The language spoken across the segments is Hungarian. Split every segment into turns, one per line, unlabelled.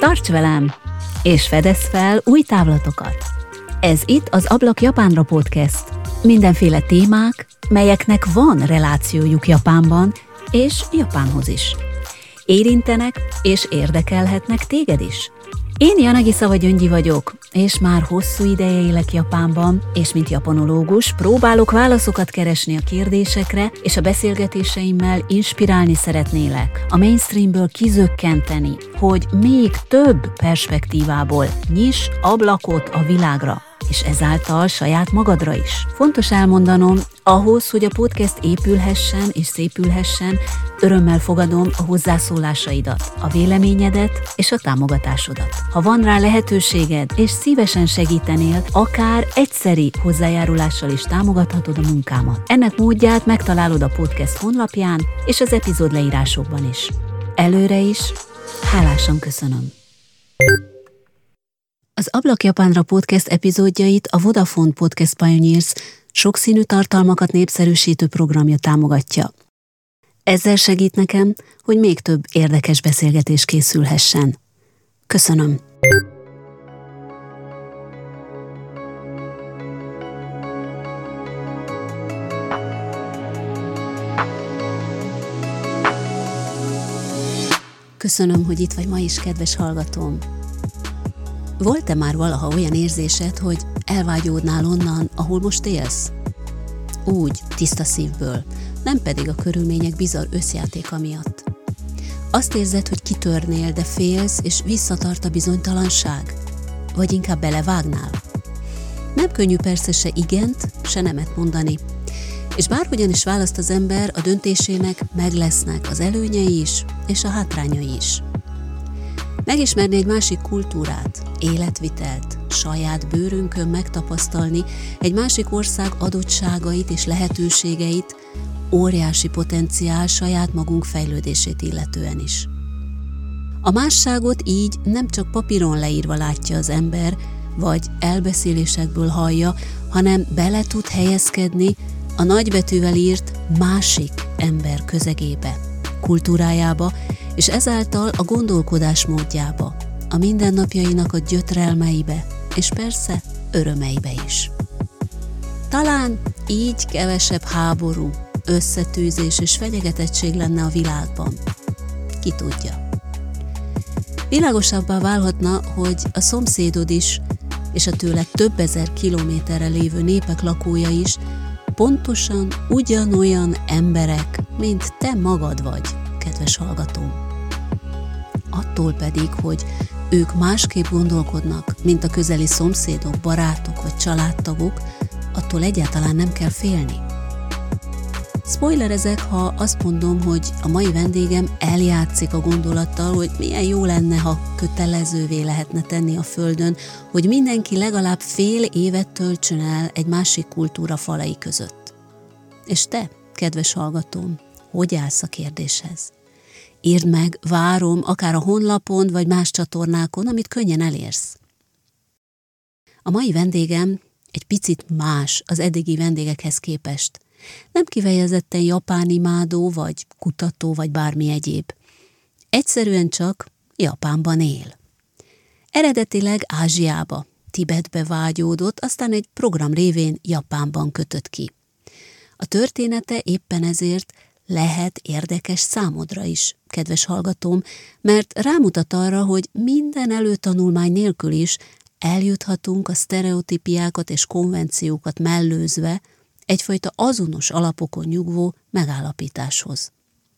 Tarts velem, és fedezz fel új távlatokat! Ez itt az Ablak Japánra podcast. Mindenféle témák, melyeknek van relációjuk Japánban, és Japánhoz is. Érintenek és érdekelhetnek téged is. Én Yanagisa Gyöngyi vagyok, és már hosszú ideje élek Japánban, és mint japanológus próbálok válaszokat keresni a kérdésekre, és a beszélgetéseimmel inspirálni szeretnélek, a mainstreamből kizökkenteni, hogy még több perspektívából nyiss ablakot a világra, és ezáltal saját magadra is. Fontos elmondanom, ahhoz, hogy a podcast épülhessen és szépülhessen, örömmel fogadom a hozzászólásaidat, a véleményedet és a támogatásodat. Ha van rá lehetőséged, és szívesen segítenél, akár egyszeri hozzájárulással is támogathatod a munkámat. Ennek módját megtalálod a podcast honlapján és az epizód leírásokban is. Előre is, hálásan köszönöm. Az Ablak Japánra podcast epizódjait a Vodafone Podcast Pioneers sokszínű tartalmakat népszerűsítő programja támogatja. Ezzel segít nekem, hogy még több érdekes beszélgetés készülhessen. Köszönöm! Köszönöm, hogy itt vagy ma is, kedves hallgatóm! Volt-e már valaha olyan érzésed, hogy elvágyódnál onnan, ahol most élsz? Úgy, tiszta szívből, nem pedig a körülmények bizarr összjátéka miatt. Azt érzed, hogy kitörnél, de félsz, és visszatart a bizonytalanság? Vagy inkább belevágnál? Nem könnyű persze se igent, se nemet mondani. És bárhogyan is választ az ember, a döntésének meg lesznek az előnyei is, és a hátrányai is. Megismerni egy másik kultúrát, életvitelt, saját bőrünkön megtapasztalni egy másik ország adottságait és lehetőségeit, óriási potenciál saját magunk fejlődését illetően is. A másságot így nem csak papíron leírva látja az ember, vagy elbeszélésekből hallja, hanem bele tud helyezkedni a nagybetűvel írt másik ember közegébe, kultúrájába, és ezáltal a gondolkodásmódjába, a mindennapjainak a gyötrelmeibe, és persze örömeibe is. Talán így kevesebb háború, összetűzés és fenyegetettség lenne a világban. Ki tudja. Világosabbá válhatna, hogy a szomszédod is, és a tőle több ezer kilométerre lévő népek lakója is pontosan ugyanolyan emberek, mint te magad vagy, kedves hallgatóm. Attól pedig, hogy ők másképp gondolkodnak, mint a közeli szomszédok, barátok vagy családtagok, attól egyáltalán nem kell félni. Spoilerezek, ha azt mondom, hogy a mai vendégem eljátszik a gondolattal, hogy milyen jó lenne, ha kötelezővé lehetne tenni a Földön, hogy mindenki legalább fél évet töltsön el egy másik kultúra falai között. És te, kedves hallgatóm, hogy állsz a kérdéshez? Írd meg, várom, akár a honlapon vagy más csatornákon, amit könnyen elérsz. A mai vendégem egy picit más az eddigi vendégekhez képest. Nem kifejezetten japán imádó, vagy kutató, vagy bármi egyéb. Egyszerűen csak Japánban él. Eredetileg Ázsiába, Tibetbe vágyódott, aztán egy program révén Japánban kötött ki. A története éppen ezért lehet érdekes számodra is, kedves hallgatóm, mert rámutat arra, hogy minden előtanulmány nélkül is eljuthatunk a sztereotípiákat és konvenciókat mellőzve egyfajta azonos alapokon nyugvó megállapításhoz.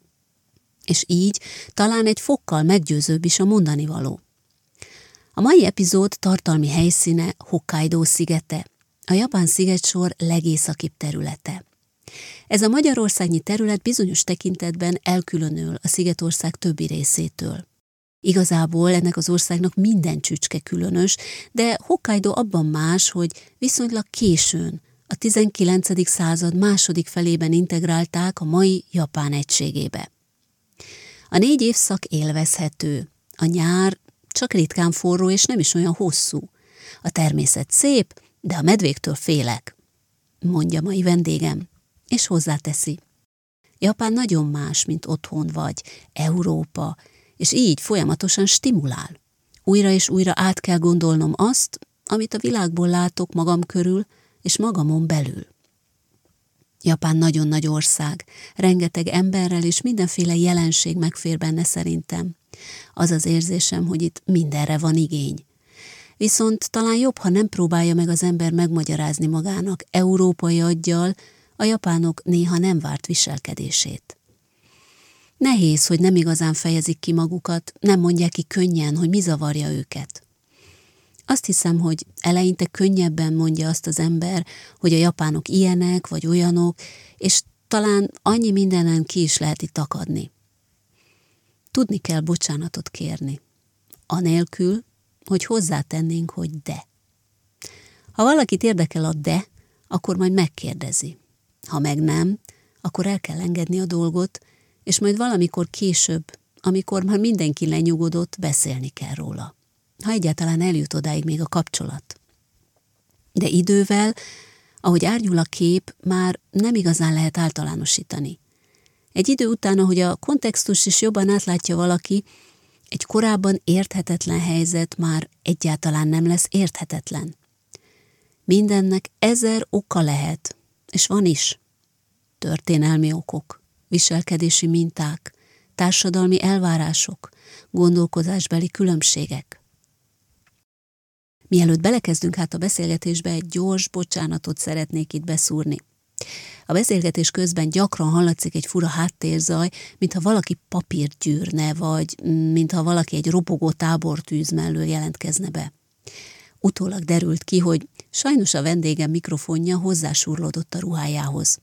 És így talán egy fokkal meggyőzőbb is a mondanivaló. A mai epizód tartalmi helyszíne Hokkaidó szigete, a japán szigetsor legészakibb területe. Ez a magyarországnyi terület bizonyos tekintetben elkülönül a szigetország többi részétől. Igazából ennek az országnak minden csücske különös, de Hokkaidó abban más, hogy viszonylag későn, a 19. század második felében integrálták a mai Japán egységébe. A 4 évszak élvezhető, a nyár csak ritkán forró és nem is olyan hosszú. A természet szép, de a medvéktől félek, mondja mai vendégem, és hozzáteszi. Japán nagyon más, mint otthon vagy, Európa, és így folyamatosan stimulál. Újra és újra át kell gondolnom azt, amit a világból látok magam körül és magamon belül. Japán nagyon nagy ország, rengeteg emberrel és mindenféle jelenség megfér benne szerintem. Az az érzésem, hogy itt mindenre van igény. Viszont talán jobb, ha nem próbálja meg az ember megmagyarázni magának európai aggyal a japánok néha nem várt viselkedését. Nehéz, hogy nem igazán fejezik ki magukat, nem mondják ki könnyen, hogy mi zavarja őket. Azt hiszem, hogy eleinte könnyebben mondja azt az ember, hogy a japánok ilyenek vagy olyanok, és talán annyi mindenen ki is lehet itt akadni. Tudni kell bocsánatot kérni. Anélkül, hogy hozzátennénk, hogy de. Ha valakit érdekel a de, akkor majd megkérdezi. Ha meg nem, akkor el kell engedni a dolgot, és majd valamikor később, amikor már mindenki lenyugodott, beszélni kell róla. Ha egyáltalán eljut odáig még a kapcsolat. De idővel, ahogy árnyul a kép, már nem igazán lehet általánosítani. Egy idő után, ahogy a kontextus is jobban átlátja valaki, egy korábban érthetetlen helyzet már egyáltalán nem lesz érthetetlen. Mindennek 1000 oka lehet, és van is. Történelmi okok, viselkedési minták, társadalmi elvárások, gondolkozásbeli különbségek. Mielőtt belekezdünk hát a beszélgetésbe, egy gyors bocsánatot szeretnék itt beszúrni. A beszélgetés közben gyakran hallatszik egy fura háttérzaj, mintha valaki papírt gyűrne, vagy mintha valaki egy robogó tábortűz mellől jelentkezne be. Utólag derült ki, hogy sajnos a vendégem mikrofonja hozzásúrlódott a ruhájához.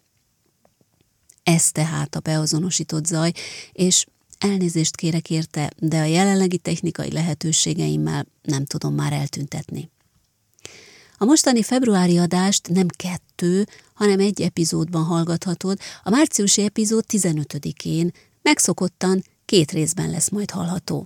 Ez tehát a beazonosított zaj, és elnézést kérek érte, de a jelenlegi technikai lehetőségeimmel nem tudom már eltüntetni. A mostani februári adást nem 2, hanem 1 epizódban hallgathatod, a márciusi epizód 15-én, megszokottan 2 részben lesz majd hallható.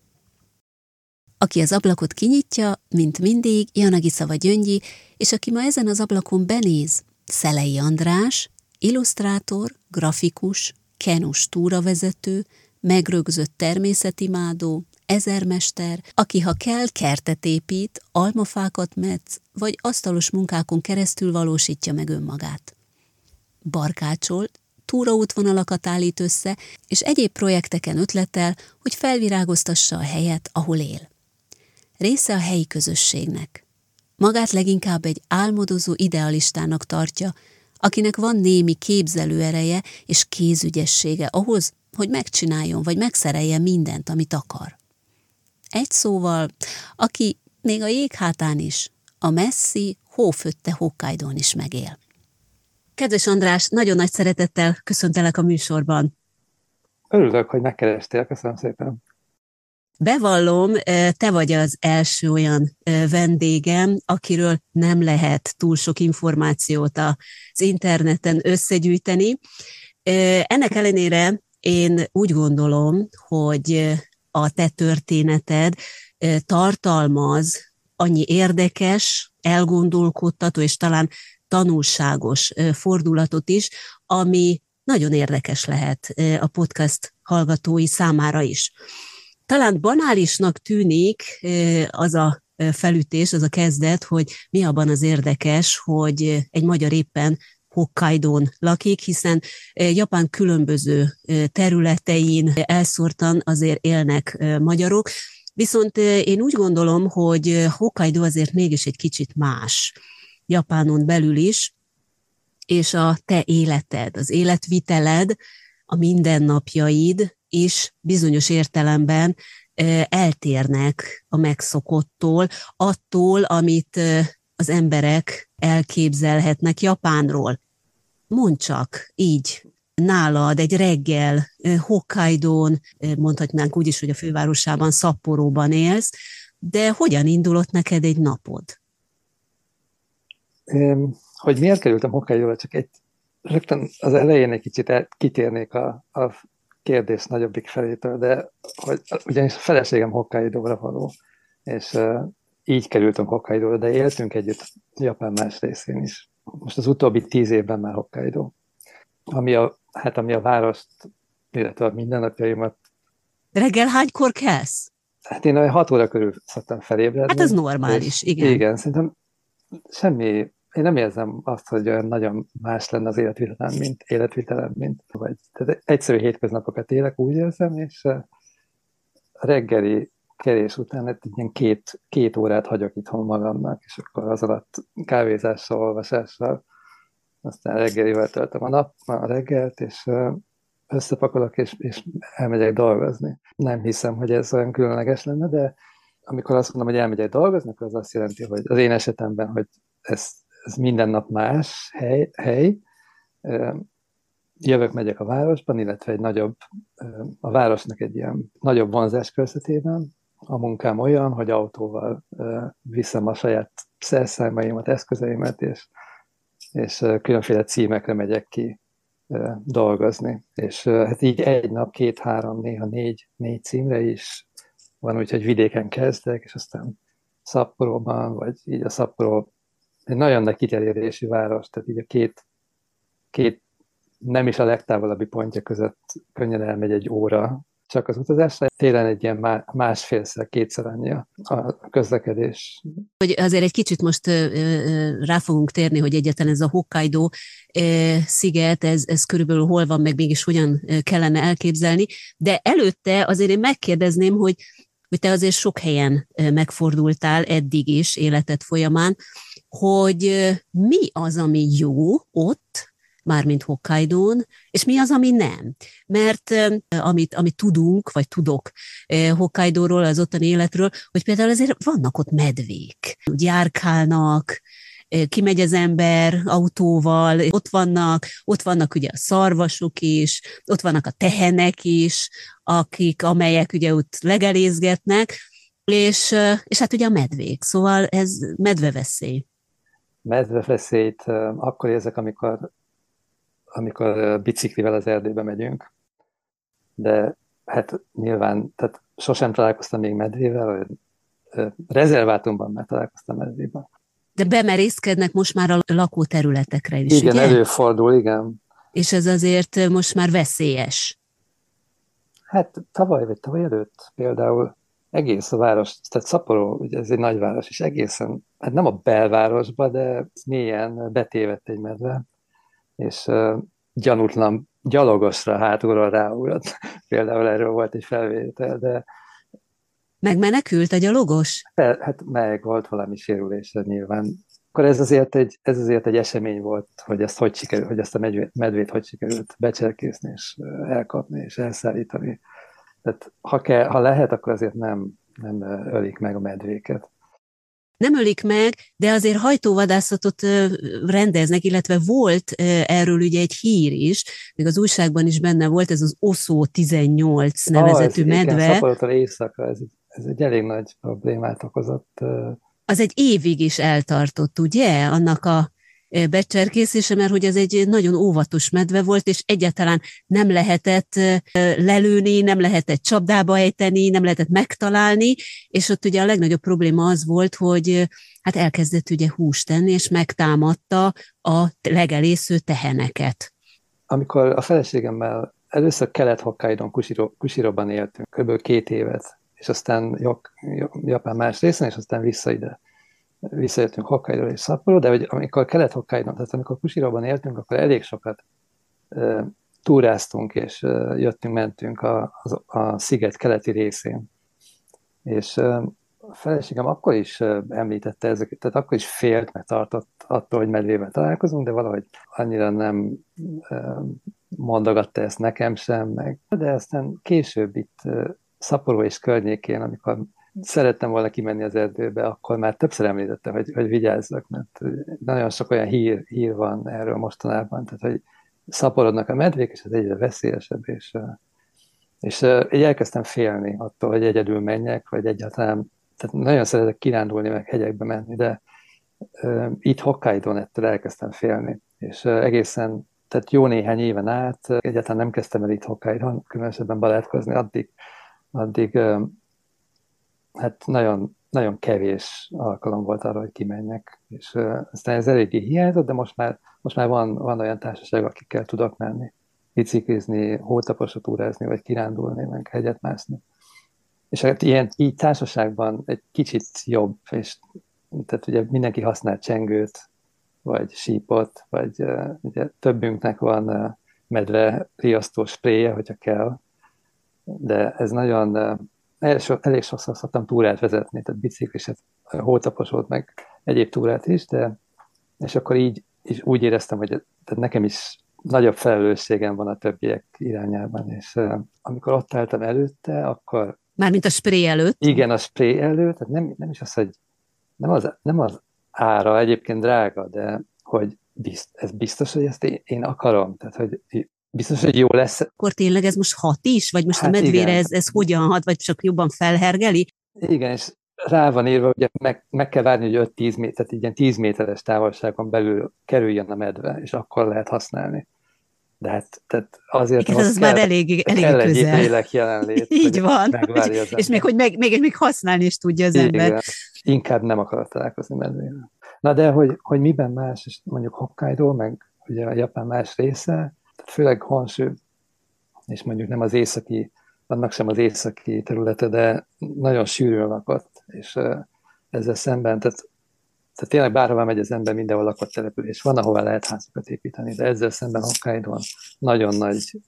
Aki az ablakot kinyitja, mint mindig, Janagiszava Gyöngyi, és aki ma ezen az ablakon benéz, Szelei András, illusztrátor, grafikus, kenus túravezető, megrögzött természetimádó, ezermester, aki ha kell kertet épít, almafákat metsz, vagy asztalos munkákon keresztül valósítja meg önmagát. Barkácsol, túraútvonalakat állít össze, és egyéb projekteken ötletel, hogy felvirágoztassa a helyet, ahol él. Része a helyi közösségnek. Magát leginkább egy álmodozó idealistának tartja, akinek van némi képzelőereje és kézügyessége ahhoz, hogy megcsináljon vagy megszereljen mindent, amit akar. Egy szóval, aki még a jéghátán is, a messzi, hófötte Hokkaidón is megél. Kedves András, nagyon nagy szeretettel köszöntelek a műsorban.
Örülök, hogy megkerestél, köszönöm szépen.
Bevallom, te vagy az első olyan vendégem, akiről nem lehet túl sok információt az interneten összegyűjteni. Ennek ellenére én úgy gondolom, hogy a te történeted tartalmaz annyi érdekes, elgondolkodtató és talán tanulságos fordulatot is, ami nagyon érdekes lehet a podcast hallgatói számára is. Talán banálisnak tűnik az a felütés, az a kezdet, hogy mi abban az érdekes, hogy egy magyar éppen Hokkaidón lakik, hiszen Japán különböző területein elszórtan azért élnek magyarok, viszont én úgy gondolom, hogy Hokkaidó azért mégis egy kicsit más Japánon belül is, és a te életed, az életviteled, a mindennapjaid is bizonyos értelemben eltérnek a megszokottól, attól, amit az emberek elképzelhetnek Japánról. Mondd csak így, nálad egy reggel Hokkaidón, mondhatnánk úgy is, hogy a fővárosában, Szapporóban élsz, de hogyan indulott neked egy napod?
Hogy miért kerültem Hokkaidóra, csak rögtön az elején egy kicsit kitérnék a kérdés nagyobbik felétől, de hogy ugyanis a feleségem Hokkaidóra való, és így kerültünk Hokkaidóra, de éltünk együtt Japán más részén is. Most az utóbbi 10 évben már Hokkaidó. Ami a várost, illetve a mindennapjaimat.
Reggel hánykor kelsz?
Hát én olyan 6 óra körül szoktam
Hát ez
felébredni, és
normális, igen.
igen, szerintem én nem érzem azt, hogy olyan nagyon más lenne az életvitelem, mint vagy. Tehát egyszerű hétköznapokat élek, úgy érzem, és a reggeli kerés után egy ilyen két órát hagyok itthon magamnak, és akkor az alatt kávézással, olvasással, aztán reggelivel töltöm a reggelt, és összepakolok, és elmegyek dolgozni. Nem hiszem, hogy ez olyan különleges lenne, de amikor azt mondom, hogy elmegyek dolgozni, akkor az azt jelenti, hogy az én esetemben, hogy ez minden nap más hely. Jövök, megyek a városban, illetve a városnak egy ilyen nagyobb vonzás körzetében. A munkám olyan, hogy autóval viszem a saját szerszámaimat, eszközeimet, és különféle címekre megyek ki dolgozni. És hát így egy nap, 2-3, néha négy címre is van, úgyhogy vidéken kezdek, és aztán Szapporóban, vagy így a Szaporó egy nagyon nagy kiterjedésű város, tehát így a két nem is a legtávolabbi pontja között könnyen elmegy egy óra csak az utazásra. Télen egy ilyen másfélszer-kétszer annyi a közlekedés.
Hogy azért egy kicsit most rá fogunk térni, hogy egyáltalán ez a Hokkaido sziget, ez körülbelül hol van, meg mégis hogyan kellene elképzelni, de előtte azért én megkérdezném, hogy te azért sok helyen megfordultál eddig is életed folyamán, hogy mi az, ami jó ott, mármint Hokkaidón, és mi az, ami nem. Mert amit tudunk, vagy tudok Hokkaidóról, az ottani életről, hogy például azért vannak ott medvék, úgy járkálnak, kimegy az ember autóval, ott vannak ugye a szarvasok is, ott vannak a tehenek is, amelyek ugye ott legelézgetnek, és hát ugye a medvék, szóval ez medveveszély.
Medveveszélyt akkor érzek, amikor biciklivel az erdőbe megyünk, de hát nyilván, tehát sosem találkoztam még medvével, rezervátumban már találkoztam medvével.
De bemerészkednek most már a lakóterületekre is,
igen,
ugye?
előfordul, igen.
És ez azért most már veszélyes.
Hát tavaly előtt például egész a város, tehát Szaporó, ugye ez egy nagyváros, és egészen, hát nem a belvárosba, de mélyen betévedt egy medve, és gyanútlan gyalogosra hátulról ráugrott. Például erről volt egy felvétel, de
Megmenekült a gyalogos?
hát meg volt valami sérülése nyilván. Akkor ez azért egy esemény volt, hogy hogy ezt a medvét hogy sikerült becserkészni, és elkapni, és elszállítani. Tehát ha lehet, akkor azért nem ölik meg a medvéket.
Nem ölik meg, de azért hajtóvadászatot rendeznek, illetve volt erről ugye egy hír is, még az újságban is benne volt, ez az Oszó 18 nevezetű medve.
Igen, Szaporótól éjszakra, ez egy elég nagy problémát okozott.
Az egy évig is eltartott, ugye, annak a becserkészése, mert hogy ez egy nagyon óvatos medve volt, és egyáltalán nem lehetett lelőni, nem lehetett csapdába ejteni, nem lehetett megtalálni, és ott ugye a legnagyobb probléma az volt, hogy hát elkezdett ugye húst tenni, és megtámadta a legelésző teheneket.
Amikor a feleségemmel először Kelet-Hokkaidon, Kushiroban éltünk, kb. 2 évet, és aztán Japán más részen, és aztán visszajöttünk Hokkaidóra és Szapporo, de hogy amikor Kelet-Hokkaidon, tehát amikor Kushiroban éltünk, akkor elég sokat túráztunk, és mentünk a sziget keleti részén. És a feleségem akkor is említette ezeket, tehát akkor is félt, meg tartott attól, hogy medvével találkozunk, de valahogy annyira nem mondogatta ezt nekem sem, de aztán később itt Szaporó és környékén, amikor szerettem volna kimenni az erdőbe, akkor már többször említette, hogy vigyázzak, mert nagyon sok olyan hír van erről mostanában, tehát hogy szaporodnak a medvék, és ez egyre veszélyesebb, és így elkezdtem félni attól, hogy egyedül menjek, vagy egyáltalán, tehát nagyon szeretek kirándulni, meg hegyekbe menni, de itt Hokkaidon ettől elkezdtem félni, és tehát jó néhány éven át egyáltalán nem kezdtem el itt Hokkaidon, különösebben barátkozni, addig hát nagyon, nagyon kevés alkalom volt arra, hogy kimenjek, és aztán ez eléggé hiányzott, de most már van olyan társaság, akikkel tudok menni, biciklizni, hótaposat túrázni, vagy kirándulni, meg hegyet mászni. És hát így társaságban egy kicsit jobb, és tehát ugye mindenki használ csengőt, vagy sípot, vagy ugye többünknek van medve riasztó spréje, hogyha kell, de ez nagyon, elég sokszor szoktam túrát vezetni, tehát bicikliset, hótaposót, meg egyéb túrát is, és akkor így is úgy éreztem, hogy tehát nekem is nagyobb felelősségem van a többiek irányában, és amikor ott álltam előtte, akkor...
Mármint a spré előtt?
Igen, a spré előtt, tehát nem is az, hogy nem az ára, egyébként drága, de hogy ez biztos, hogy ezt én akarom, tehát hogy biztos, hogy jó lesz.
Akkor tényleg ez most hat is? Vagy most
Hát
a medvére
igen.
ez hogyan hat, vagy csak jobban felhergeli?
Igen, és rá van írva, hogy meg kell várni, hogy 5-10 méter, tehát ilyen 10 méteres távolságon belül kerüljön a medve, és akkor lehet használni. De hát tehát azért
igen, az már elég
kell egy
közel.
lélek jelenlét,
így
hogy
van.
megvárja az
és még, hogy még használni is tudja az ember.
Igen, inkább nem akar találkozni medvével. Na de, hogy miben más, és mondjuk Hokkaido, meg ugye a Japán más része, tehát főleg Honshu, és mondjuk nem az északi, annak sem az északi területe, de nagyon sűrűn lakott, és ezzel szemben, tehát tényleg bárhova megy az ember, mindenhol lakott település. Van, ahol lehet házakat építeni, de ezzel szemben Hokkaidón nagyon nagy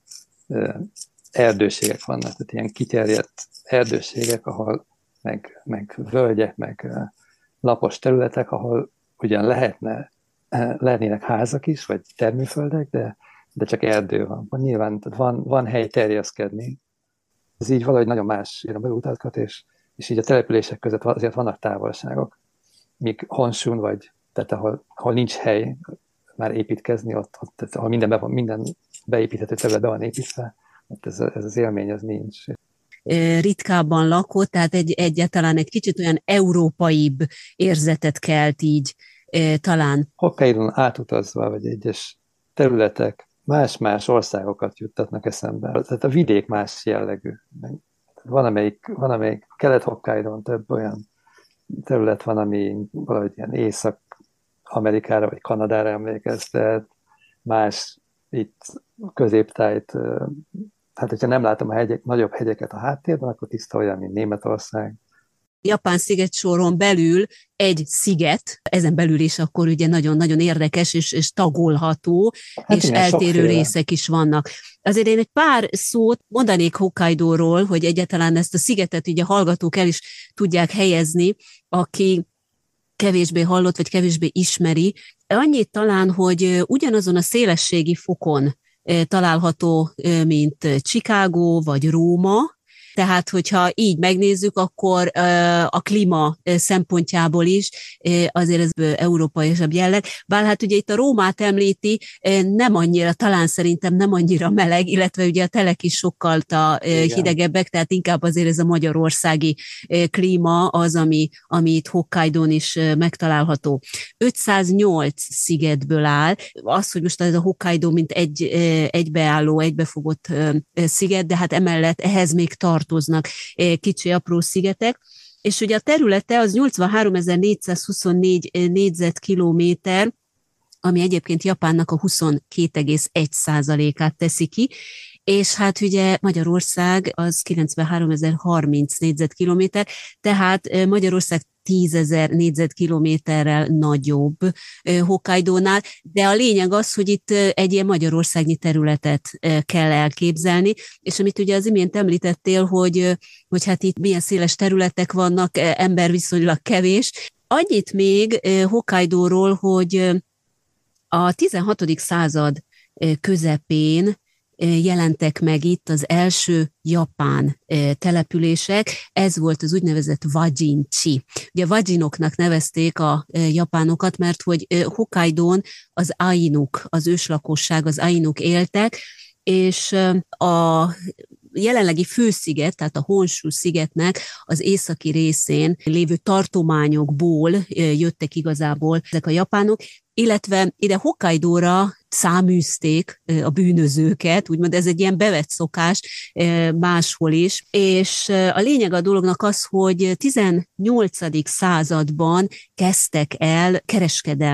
erdőségek vannak, tehát ilyen kiterjedt erdőségek, ahol meg völgyek, meg lapos területek, ahol ugyan lehetnének házak is, vagy termőföldek, de csak erdő van. Nyilván van hely terjeszkedni. Ez így valahogy nagyon más ír a belutakat, és így a települések között azért vannak távolságok. Míg Honshun, vagy tehát ahol nincs hely már építkezni, ott tehát, ahol minden beépíthető terület be van építve, ott ez az élmény az nincs.
Ritkábban lakott, tehát egyáltalán egy kicsit olyan európaibb érzetet kelt így talán.
Hokkaidon átutazva, vagy egyes területek más-más országokat juttatnak eszembe. Tehát a vidék más jellegű. Van, amelyik Kelet-Hokkaidon több olyan terület van, ami valahogy ilyen Észak-Amerikára vagy Kanadára emlékeztet, más itt középtájt, hát hogyha nem látom a nagyobb hegyeket a háttérben, akkor tiszta olyan, mint Németország.
Japán szigetsoron belül egy sziget, ezen belül is akkor ugye nagyon-nagyon érdekes és tagolható, hát és igen, eltérő sokféle részek is vannak. Azért én egy pár szót mondanék Hokkaidóról, hogy egyáltalán ezt a szigetet ugye a hallgatók el is tudják helyezni, aki kevésbé hallott, vagy kevésbé ismeri. Annyit talán, hogy ugyanazon a szélességi fokon található, mint Chicago vagy Róma, tehát, hogyha így megnézzük, akkor a klíma szempontjából is azért ez európaiasabb jelleg. Bár hát ugye itt a Rómát említi, nem annyira, talán szerintem nem annyira meleg, illetve ugye a telek is sokkal hidegebbek, tehát inkább azért ez a magyarországi klíma az, ami itt Hokkaidón is megtalálható. 508 szigetből áll. Az, hogy most ez a Hokkaidó mint egybeálló, egybefogott sziget, de hát emellett ehhez még tartoznak kicsi apró szigetek, és ugye a területe az 83.424 négyzetkilométer, ami egyébként Japánnak a 22,1%-át teszi ki, és hát ugye Magyarország az 93.030 négyzetkilométer, tehát Magyarország 10.000 négyzetkilométerrel nagyobb Hokkaidónál, de a lényeg az, hogy itt egy ilyen magyarországnyi területet kell elképzelni, és amit ugye az imént említettél, hogy hát itt milyen széles területek vannak, ember viszonylag kevés. Annyit még Hokkaidóról, hogy a 16. század közepén jelentek meg itt az első japán települések, ez volt az úgynevezett Wajin-chi. Ugye Wajinoknak nevezték a japánokat, mert hogy Hokkaidón az Ainuk, az őslakosság, az Ainuk éltek, és a jelenlegi fősziget, tehát a Honshu szigetnek az északi részén lévő tartományokból jöttek igazából ezek a japánok, illetve ide Hokkaidóra száműzték a bűnözőket, úgymond ez egy ilyen bevett szokás máshol is, és a lényeg a dolognak az, hogy 18. században kezdtek el kereskedelmi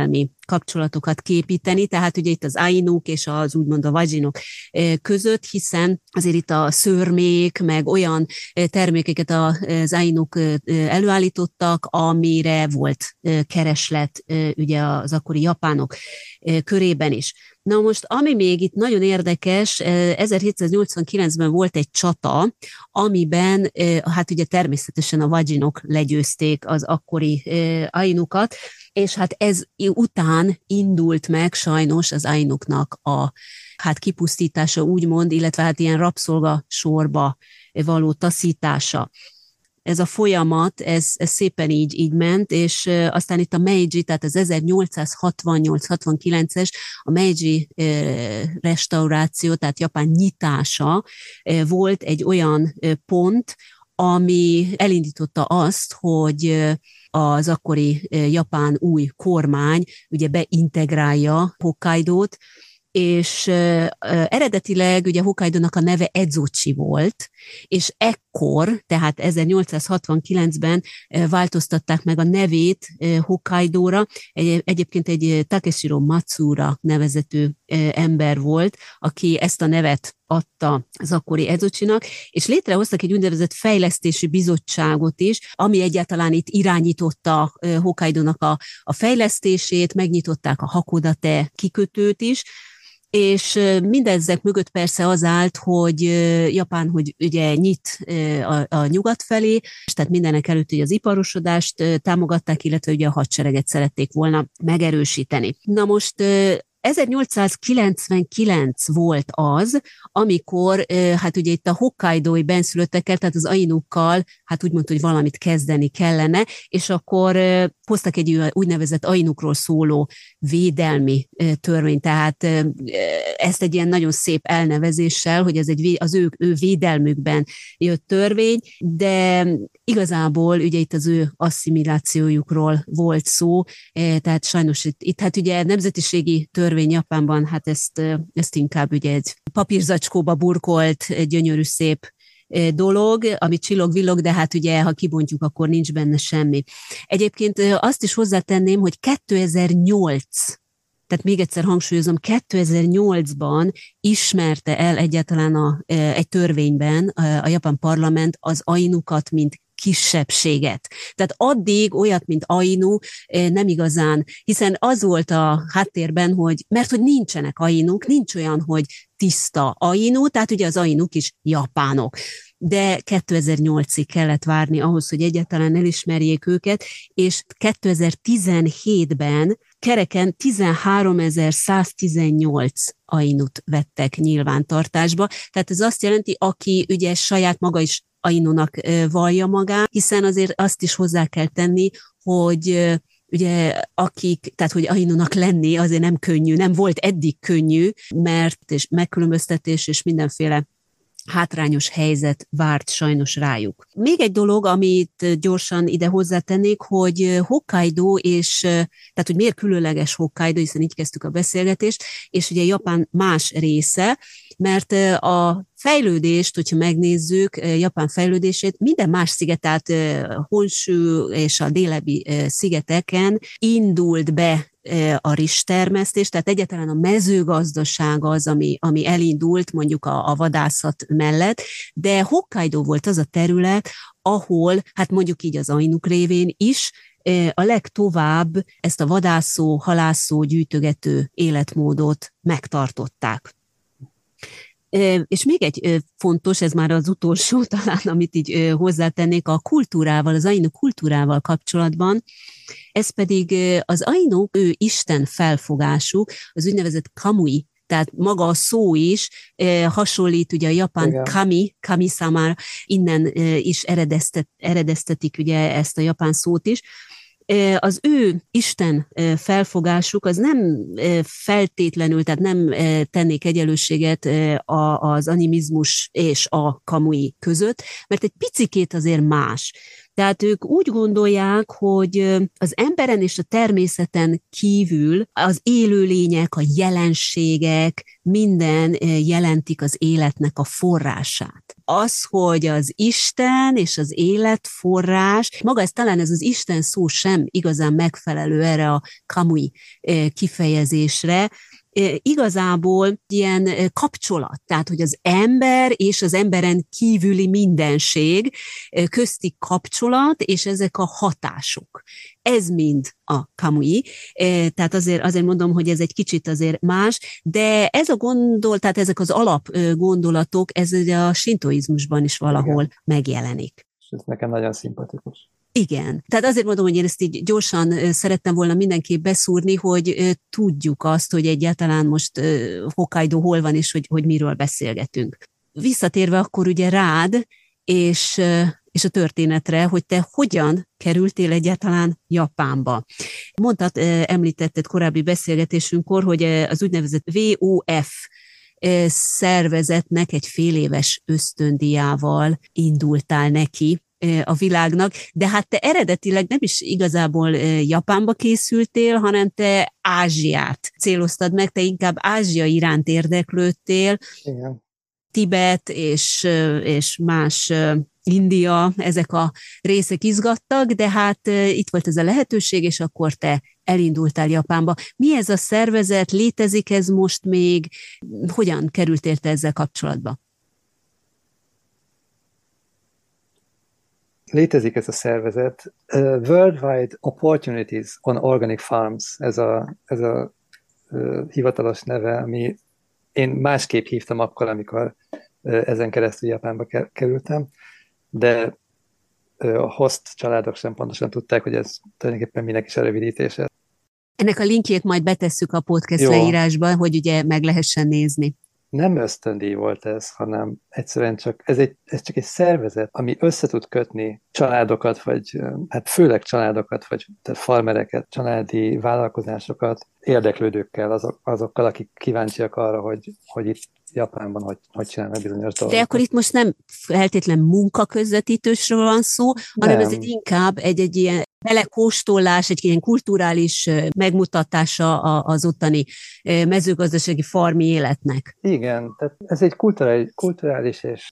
kapcsolatokat képíteni, tehát ugye itt az Ainuk és az úgymond a Wajinok között, hiszen azért itt a szörmék, meg olyan termékeket az Ainuk előállítottak, amire volt kereslet ugye az akkori japánok körében is. Na most, ami még itt nagyon érdekes, 1789-ben volt egy csata, amiben, hát ugye természetesen a Wajinok legyőzték az akkori Ainukat, és hát ez után indult meg sajnos az Ainuknak a kipusztítása úgymond, illetve hát ilyen rabszolga sorba való taszítása. Ez a folyamat, ez szépen így ment, és aztán itt a Meiji, tehát az 1868-69-es, a Meiji restauráció, tehát Japán nyitása volt egy olyan pont, ami elindította azt, hogy az akkori japán új kormány ugye beintegrálja Hokkaidót, és eredetileg ugye Hokkaidónak a neve Edzochi volt, és ekkor, tehát 1869-ben változtatták meg a nevét Hokkaidóra. Egyébként egy Takeshiro Matsura nevezetű ember volt, aki ezt a nevet adta az akkori Edzochinak, és létrehoztak egy úgynevezett fejlesztési bizottságot is, ami egyáltalán itt irányította Hokkaidónak a fejlesztését, megnyitották a Hakodate kikötőt is, és mindezek mögött persze az állt, hogy Japán, hogy ugye nyit a nyugat felé, és tehát mindenek előtt ugye az iparosodást támogatták, illetve ugye a hadsereget szerették volna megerősíteni. Na most 1899 volt az, amikor hát ugye itt a hokkaidói benszülöttekkel, tehát az ainukkal, hát úgy mondta, hogy valamit kezdeni kellene, és akkor hoztak egy úgynevezett ainukról szóló védelmi törvényt, tehát ezt egy ilyen nagyon szép elnevezéssel, hogy ez az ő védelmükben jött törvény, de igazából ugye itt az ő asszimilációjukról volt szó, tehát sajnos itt hát ugye nemzetiségi törvény Japánban, hát ezt inkább ugye egy papírzacskóba burkolt, gyönyörű szép dolog, ami csillog-villog, de hát ugye, ha kibontjuk, akkor nincs benne semmi. Egyébként azt is hozzátenném, hogy 2008, tehát még egyszer hangsúlyozom, 2008-ban ismerte el egyáltalán egy törvényben a japán parlament az ainukat, mint kisebbséget. Tehát addig olyat, mint ainu nem igazán, hiszen az volt a háttérben, hogy mert hogy nincsenek ainuk, nincs olyan, hogy tiszta ainu, tehát ugye az ainuk is japánok. De 2008-ig kellett várni ahhoz, hogy egyáltalán elismerjék őket, és 2017-ben kereken 13.118 ainut vettek nyilvántartásba. Tehát ez azt jelenti, aki ugye saját maga is ainunak vallja magát, hiszen azért azt is hozzá kell tenni, hogy ugye tehát hogy ainunak lenni azért nem könnyű, nem volt eddig könnyű, mert és megkülönböztetés és mindenféle hátrányos helyzet várt sajnos rájuk. Még egy dolog, amit gyorsan ide hozzátennék, hogy Hokkaidó tehát hogy miért különleges Hokkaidó, hiszen így kezdtük a beszélgetést, és ugye Japán más része, mert a fejlődést, hogyha megnézzük, Japán fejlődését, minden más sziget, tehát Honshu és a délebbi szigeteken indult be a rizstermesztés, tehát egyáltalán a mezőgazdaság az, ami elindult mondjuk a vadászat mellett, de Hokkaidó volt az a terület, ahol, hát mondjuk így az ainuk révén is, a legtovább ezt a vadászó, halászó, gyűjtögető életmódot megtartották. És még egy fontos, ez már az utolsó talán, amit így hozzátennék a kultúrával, az ainu kultúrával kapcsolatban, ez pedig az ainu isten felfogású, az úgynevezett kamui, tehát maga a szó is hasonlít ugye a japán kami-sama, innen is eredeztetik ugye ezt a japán szót is. Az ő Isten felfogásuk az nem feltétlenül, tehát nem tennék egyenlőséget az animizmus és a kamui között, mert egy picikét azért más. Tehát ők úgy gondolják, hogy az emberen és a természeten kívül az élőlények, a jelenségek, minden jelentik az életnek a forrását. az, hogy az Isten és az életforrás, maga talán ez az Isten szó sem igazán megfelelő erre a kamui kifejezésre, igazából ilyen kapcsolat, tehát hogy az ember és az emberen kívüli mindenség közti kapcsolat, és ezek a hatások. Ez mind a kamui, tehát azért mondom, hogy ez egy kicsit azért más, de ez a tehát ezek az alapgondolatok, ez a sintoizmusban is valahol igen, megjelenik.
És ez nekem nagyon szimpatikus.
Igen. Tehát azért mondom, hogy én ezt így gyorsan szerettem volna mindenképp beszúrni, hogy tudjuk azt, hogy egyáltalán most Hokkaido hol van, és hogy miről beszélgetünk. Visszatérve akkor ugye rád, és a történetre, hogy te hogyan kerültél egyáltalán Japánba. Mondtad, említetted korábbi beszélgetésünkkor, hogy az úgynevezett VOF szervezetnek egy féléves ösztöndíjával indultál neki a világnak, de hát te eredetileg nem is igazából Japánba készültél, hanem te Ázsiát céloztad meg, te inkább Ázsia iránt érdeklődtél.
Igen.
Tibet és más India, ezek a részek izgattak, de hát itt volt ez a lehetőség, és akkor te elindultál Japánba. Mi ez a szervezet? Létezik ez most még? Hogyan kerültél te ezzel kapcsolatba?
Létezik ez a szervezet. Worldwide Opportunities on Organic Farms, ez a hivatalos neve, ami én másképp hívtam akkor, amikor ezen keresztül Japánba kerültem, de a host családok sem pontosan tudták, hogy ez tulajdonképpen minek is a rövidítése.
Ennek a linkjét majd betesszük a podcast leírásba, hogy ugye meg lehessen nézni.
Nem ösztöndíj volt ez, hanem egyszerűen csak ez csak egy szervezet, ami össze tud kötni családokat, vagy hát főleg családokat, vagy tehát farmereket, családi vállalkozásokat, érdeklődőkkel, azokkal, akik kíváncsiak arra, hogy itt Japánban hogy csinálnak bizonyos dolgokat.
De akkor itt most nem feltétlen munkaközvetítősről van szó, hanem ez inkább egy ilyen belekóstolás, egy ilyen kulturális megmutatása az ottani mezőgazdasági farmi életnek.
Igen, tehát ez egy kulturális és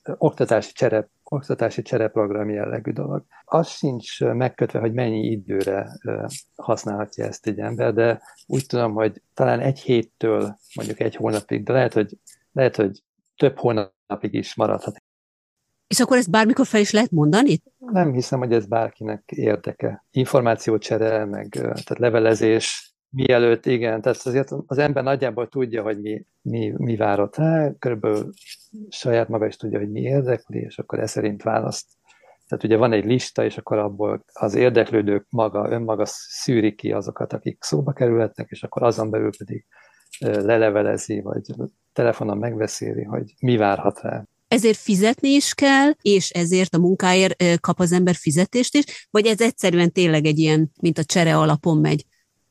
oktatási csereprogram jellegű dolog. Az sincs megkötve, hogy mennyi időre használhatja ezt egy ember, de úgy tudom, hogy talán egy héttől mondjuk egy hónapig, de lehet, hogy több hónapig is maradhat.
És akkor ezt bármikor fel is lehet mondani?
Nem hiszem, hogy ez bárkinek érdeke. Információcsere, meg tehát levelezés, mielőtt, igen, tehát azért az ember nagyjából tudja, hogy mi vár ott rá, körülbelül saját maga is tudja, hogy mi érdekli, és akkor ez szerint választ. Tehát ugye van egy lista, és akkor abból az érdeklődők önmaga szűri ki azokat, akik szóba kerülhetnek, és akkor azon belül pedig lelevelezi, vagy telefonon megbeszéli, hogy mi várhat rá.
Ezért fizetni is kell, és ezért a munkáért kap az ember fizetést is, vagy ez egyszerűen tényleg egy ilyen, mint a csere alapon megy?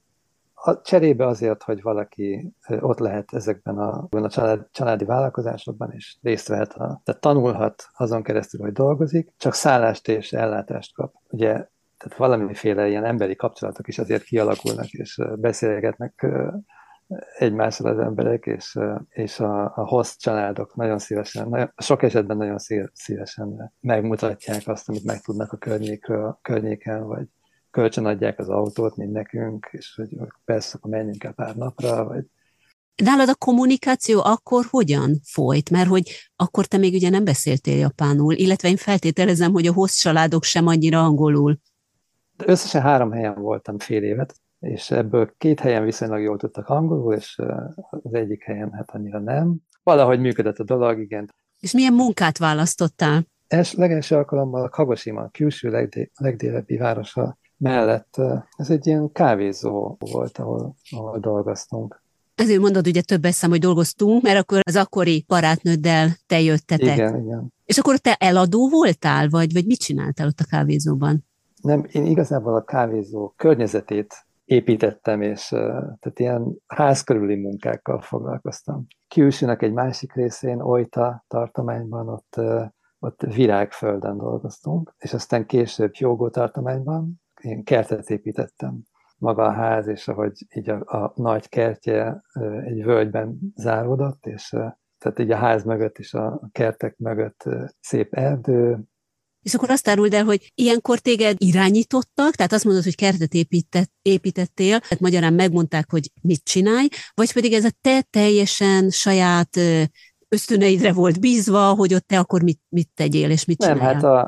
A cserébe azért, hogy valaki ott lehet ezekben a családi vállalkozásokban, és részt vehet, tehát tanulhat azon keresztül, hogy dolgozik, csak szállást és ellátást kap. Ugye, tehát valamiféle ilyen emberi kapcsolatok is azért kialakulnak, és beszélgetnek egymással az emberek, és a host családok nagyon szívesen, sok esetben nagyon szívesen megmutatják azt, amit megtudnak a környéken, vagy kölcsönadják az autót, mint nekünk, és hogy persze, akkor menjünk el pár napra, vagy...
Nálad a kommunikáció akkor hogyan folyt? Mert hogy akkor te még ugye nem beszéltél japánul, illetve én feltételezem, hogy a host családok sem annyira angolul.
De összesen 3 helyen voltam fél évet, és ebből 2 helyen viszonylag jól tudtak angolul, és az egyik helyen hát annyira nem. Valahogy működött a dolog, igen.
És milyen munkát választottál?
Legelső alkalommal a Kagoshima, a külső legdélebbi városa mellett. Ez egy ilyen kávézó volt, ahol dolgoztunk.
Ezért mondod, ugye több eszem, hogy dolgoztunk, mert akkor az akkori barátnőddel te jöttetek.
Igen.
És akkor te eladó voltál, vagy mit csináltál ott a kávézóban?
Nem, én igazából a kávézó környezetét építettem, és tehát ilyen házkörüli munkákkal foglalkoztam. Kyushunak egy másik részén, Oita tartományban, ott virágföldön dolgoztunk, és aztán később Hyōgo tartományban én kertet építettem. Maga a ház, és ahogy így a nagy kertje egy völgyben záródott, és Tehát így a ház mögött és a kertek mögött szép erdő.
És akkor azt áruld el, hogy ilyenkor téged irányítottak, tehát azt mondod, hogy kertet építettél, tehát magyarán megmondták, hogy mit csinálj, vagy pedig ez a te teljesen saját ösztöneidre volt bízva, hogy ott te akkor mit tegyél, és mit
Nem, hát
csináljál?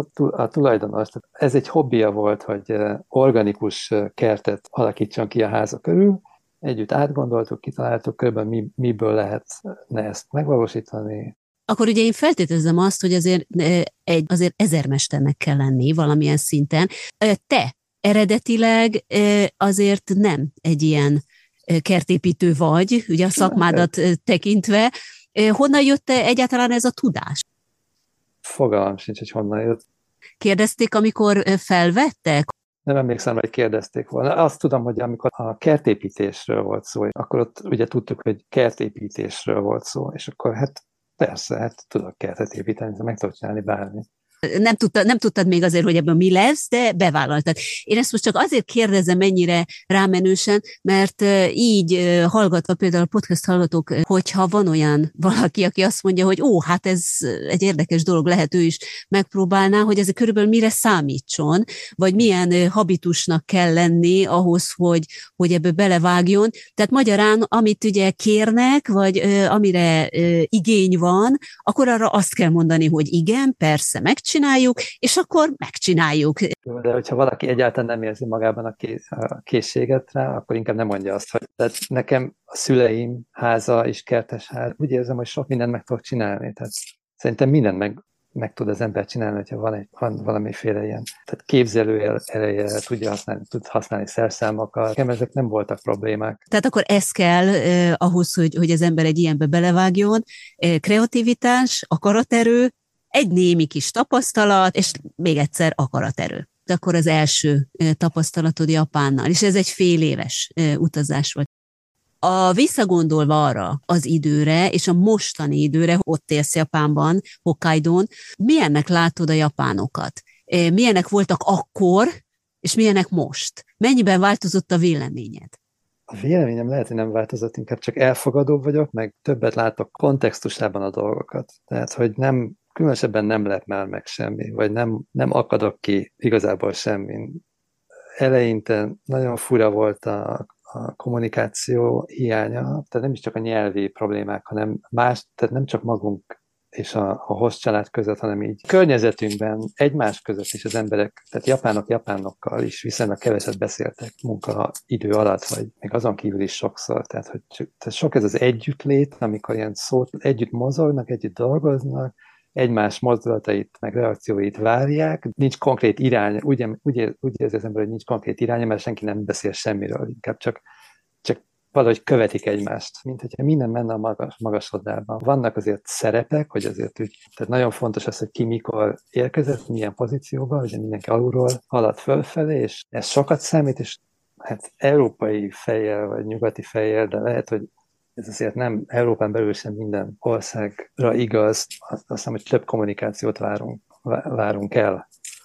a tulajdonos, tehát ez egy hobbija volt, hogy organikus kertet alakítson ki a háza körül. Együtt átgondoltuk, kitaláltuk körülbelül miből lehetne ezt megvalósítani.
Akkor ugye én feltételezem azt, hogy azért ezermesternek kell lenni valamilyen szinten. Te eredetileg azért nem egy ilyen kertépítő vagy, ugye a szakmádat tekintve. Honnan jött egyáltalán ez a tudás?
Fogalmam sincs, hogy honnan jött.
Kérdezték, amikor felvettek?
Nem emlékszem, hogy kérdezték volna. Azt tudom, hogy amikor a kertépítésről volt szó, akkor ott ugye tudtuk, hogy kertépítésről volt szó, és akkor hát persze, hát tudok kertet építeni, meg tudok csinálni bármit.
Nem tudtad még azért, hogy ebből mi lesz, de bevállaltad. Én ezt most csak azért kérdezem mennyire rámenősen, mert így hallgatva például a podcast hallgatók, hogyha van olyan valaki, aki azt mondja, hogy hát ez egy érdekes dolog, lehet ő is megpróbálná, hogy ez körülbelül mire számítson, vagy milyen habitusnak kell lenni ahhoz, hogy ebbe belevágjon. Tehát magyarán, amit ugye kérnek, vagy amire igény van, akkor arra azt kell mondani, hogy igen, persze, megcsináljuk, és akkor megcsináljuk.
De hogyha valaki egyáltalán nem érzi magában a készséget rá, akkor inkább nem mondja azt, hogy tehát nekem a szüleim háza és kertes ház, úgy érzem, hogy sok mindent meg tudok csinálni. Tehát szerintem mindent meg tud az ember csinálni, hogyha van valamiféle ilyen. Tehát képzelő ereje tud használni szerszámokat. Nekem ezek nem voltak problémák.
Tehát akkor ez kell ahhoz, hogy az ember egy ilyenbe belevágjon. Kreativitás, akaraterő, egy némi kis tapasztalat, és még egyszer akaraterő. De akkor az első tapasztalatod Japánnal, és ez egy fél éves utazás volt. Visszagondolva arra az időre, és a mostani időre, ott élsz Japánban, Hokkaidón, milyennek látod a japánokat? Milyenek voltak akkor, és milyenek most? Mennyiben változott a véleményed?
A véleményem lehet, hogy nem változott, inkább csak elfogadóbb vagyok, meg többet látok kontextusában a dolgokat. Tehát, hogy különösebben nem lep már meg semmi, vagy nem akadok ki igazából semmin. Eleinte nagyon fura volt a kommunikáció hiánya, tehát nem is csak a nyelvi problémák, hanem más, tehát nem csak magunk és a host család között, hanem így környezetünkben, egymás között is az emberek, tehát japánokkal is viszonylag keveset beszéltek munkaidő alatt, vagy még azon kívül is sokszor. Tehát sok ez az együttlét, amikor ilyen szót együtt mozognak, együtt dolgoznak, egymás mozdulatait, meg reakcióit várják. Nincs konkrét irány, úgy érzi az ember, hogy nincs konkrét iránya, mert senki nem beszél semmiről, inkább csak valahogy követik egymást, mint hogyha minden menne a magasodában. Vannak azért szerepek, hogy azért úgy, tehát nagyon fontos az, hogy ki mikor érkezett, milyen pozícióban, ugye mindenki alulról halad fölfelé, és ez sokat számít, és hát európai fejjel, vagy nyugati fejjel, de lehet, hogy ez azért nem Európán belül sem minden országra igaz. Azt hiszem, hogy több kommunikációt várunk el,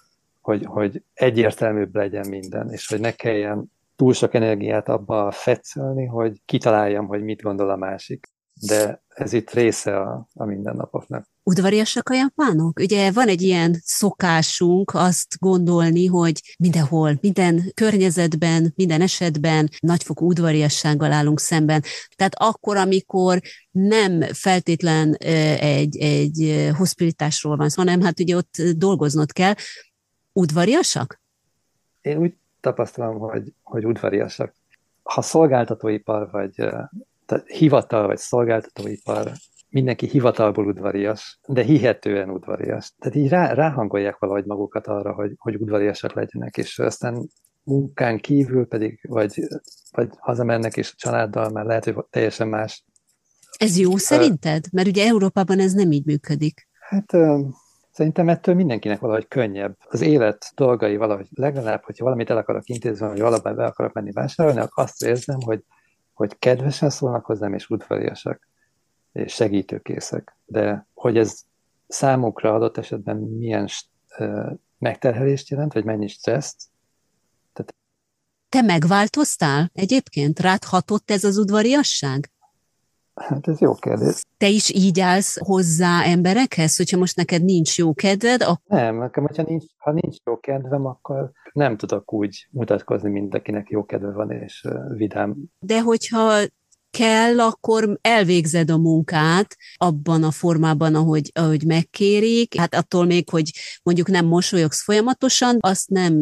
hogy egyértelműbb legyen minden, és hogy ne kelljen túl sok energiát abba fetszelni, hogy kitaláljam, hogy mit gondol a másik. De ez itt része a mindennapoknak.
Udvariasak a japánok? Ugye van egy ilyen szokásunk azt gondolni, hogy mindenhol, minden környezetben, minden esetben nagyfokú udvariassággal állunk szemben. Tehát akkor, amikor nem feltétlen egy hospitalitásról van szó, hanem hát ugye ott dolgoznod kell. Udvariasak?
Én úgy tapasztalom, hogy udvariasak. Ha szolgáltatóipar, vagy hivatal, vagy szolgáltatóipar, mindenki hivatalból udvarias, de hihetően udvarias. Tehát így ráhangolják valahogy magukat arra, hogy udvariasak legyenek, és aztán munkán kívül pedig, vagy hazamennek, és a családdal már lehet, hogy teljesen más.
Ez jó szerinted? Mert ugye Európában ez nem így működik.
Hát szerintem ettől mindenkinek valahogy könnyebb. Az élet dolgai valahogy legalább, hogyha valamit el akarok intézni, vagy valamiben be akarok menni vásárolni, akkor azt érzem, hogy kedvesen szólnak hozzám, és udvariasak, és segítőkészek. De hogy ez számukra adott esetben milyen megterhelést jelent, vagy mennyi stresszt.
Te megváltoztál egyébként? Rád hatott ez az udvariasság?
Hát ez jó kérdés.
Te is így állsz hozzá emberekhez, hogyha most neked nincs jó kedved, akkor...
Nem, nekem, ha nincs jó kedvem, akkor nem tudok úgy mutatkozni, mint akinek jó kedve van és vidám.
De hogyha kell, akkor elvégzed a munkát abban a formában, ahogy megkérik. Hát attól még, hogy mondjuk nem mosolyogsz folyamatosan, azt nem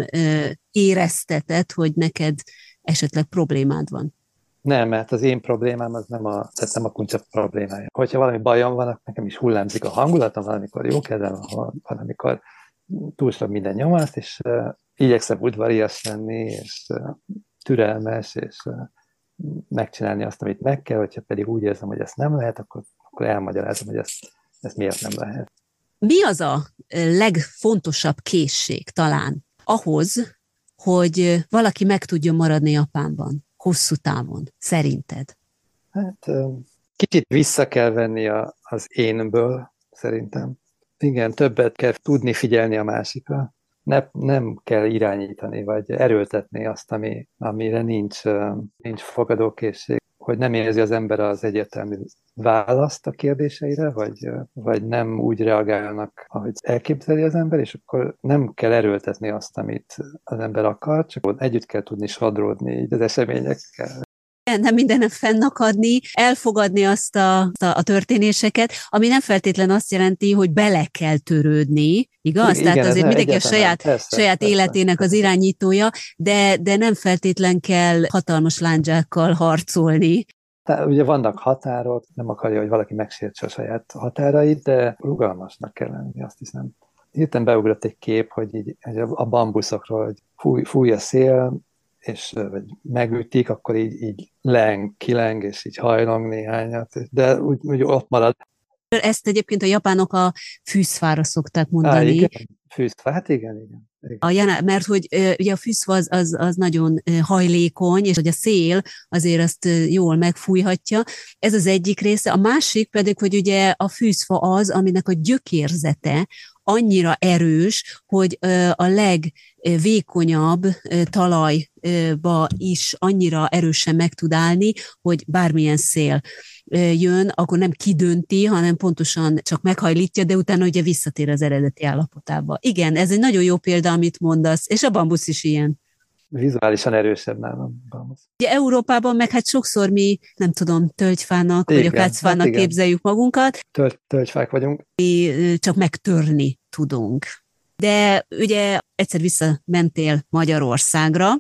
érezteted, hogy neked esetleg problémád van.
Nem, mert az én problémám az tehát nem a kuncsa problémája. Hogyha valami bajom van, nekem is hullámzik a hangulatom, valamikor jó kedvem, valamikor túl sok minden nyomaszt, és igyekszem udvarias lenni, és türelmes, és megcsinálni azt, amit meg kell, hogyha pedig úgy érzem, hogy ezt nem lehet, akkor elmagyarázom, hogy ezt miért nem lehet.
Mi az a legfontosabb készség talán ahhoz, hogy valaki meg tudjon maradni Japánban hosszú távon, szerinted?
Hát kicsit vissza kell venni az énből, szerintem. Igen, többet kell tudni figyelni a másikra. Nem kell irányítani, vagy erőltetni azt, amire nincs fogadókészség, hogy nem érzi az ember az egyértelmű választ a kérdéseire, vagy nem úgy reagálnak, ahogy elképzeli az ember, és akkor nem kell erőltetni azt, amit az ember akar, csak együtt kell tudni sodródni így az eseményekkel.
Nem mindenem fennakadni, elfogadni azt a történéseket, ami nem feltétlen azt jelenti, hogy bele kell törődni, igaz?
Igen,
tehát azért mindenki a saját
persze.
életének az irányítója, de nem feltétlen kell hatalmas lándzsákkal harcolni.
Tehát ugye vannak határok, nem akarja, hogy valaki megsértse a saját határait, de rugalmasnak kell lenni, azt hiszem. Hirtelen beugrott egy kép, hogy így a bambuszokról, hogy fúj a szél, és vagy megütik, akkor így kileng, és így hajlong néhányat, de úgy ott marad.
Ezt egyébként a japánok a fűszfára szokták mondani.
Igen, fűszfa, hát igen.
Mert hogy ugye a fűszfa az nagyon hajlékony, és hogy a szél azért azt jól megfújhatja. Ez az egyik része. A másik pedig, hogy ugye a fűszfa az, aminek a gyökérzete annyira erős, hogy a legvékonyabb talajba is annyira erősen meg tud állni, hogy bármilyen szél jön, akkor nem kidönti, hanem pontosan csak meghajlítja, de utána ugye visszatér az eredeti állapotába. Igen, ez egy nagyon jó példa, amit mondasz, és a bambusz is ilyen.
Vizuálisan erősebb nálam bambusz.
Ugye Európában meg hát sokszor mi, nem tudom, tölgyfának, vagy akácfának képzeljük magunkat.
Tölgyfák vagyunk.
Mi csak megtörni tudunk. De ugye egyszer visszamentél Magyarországra,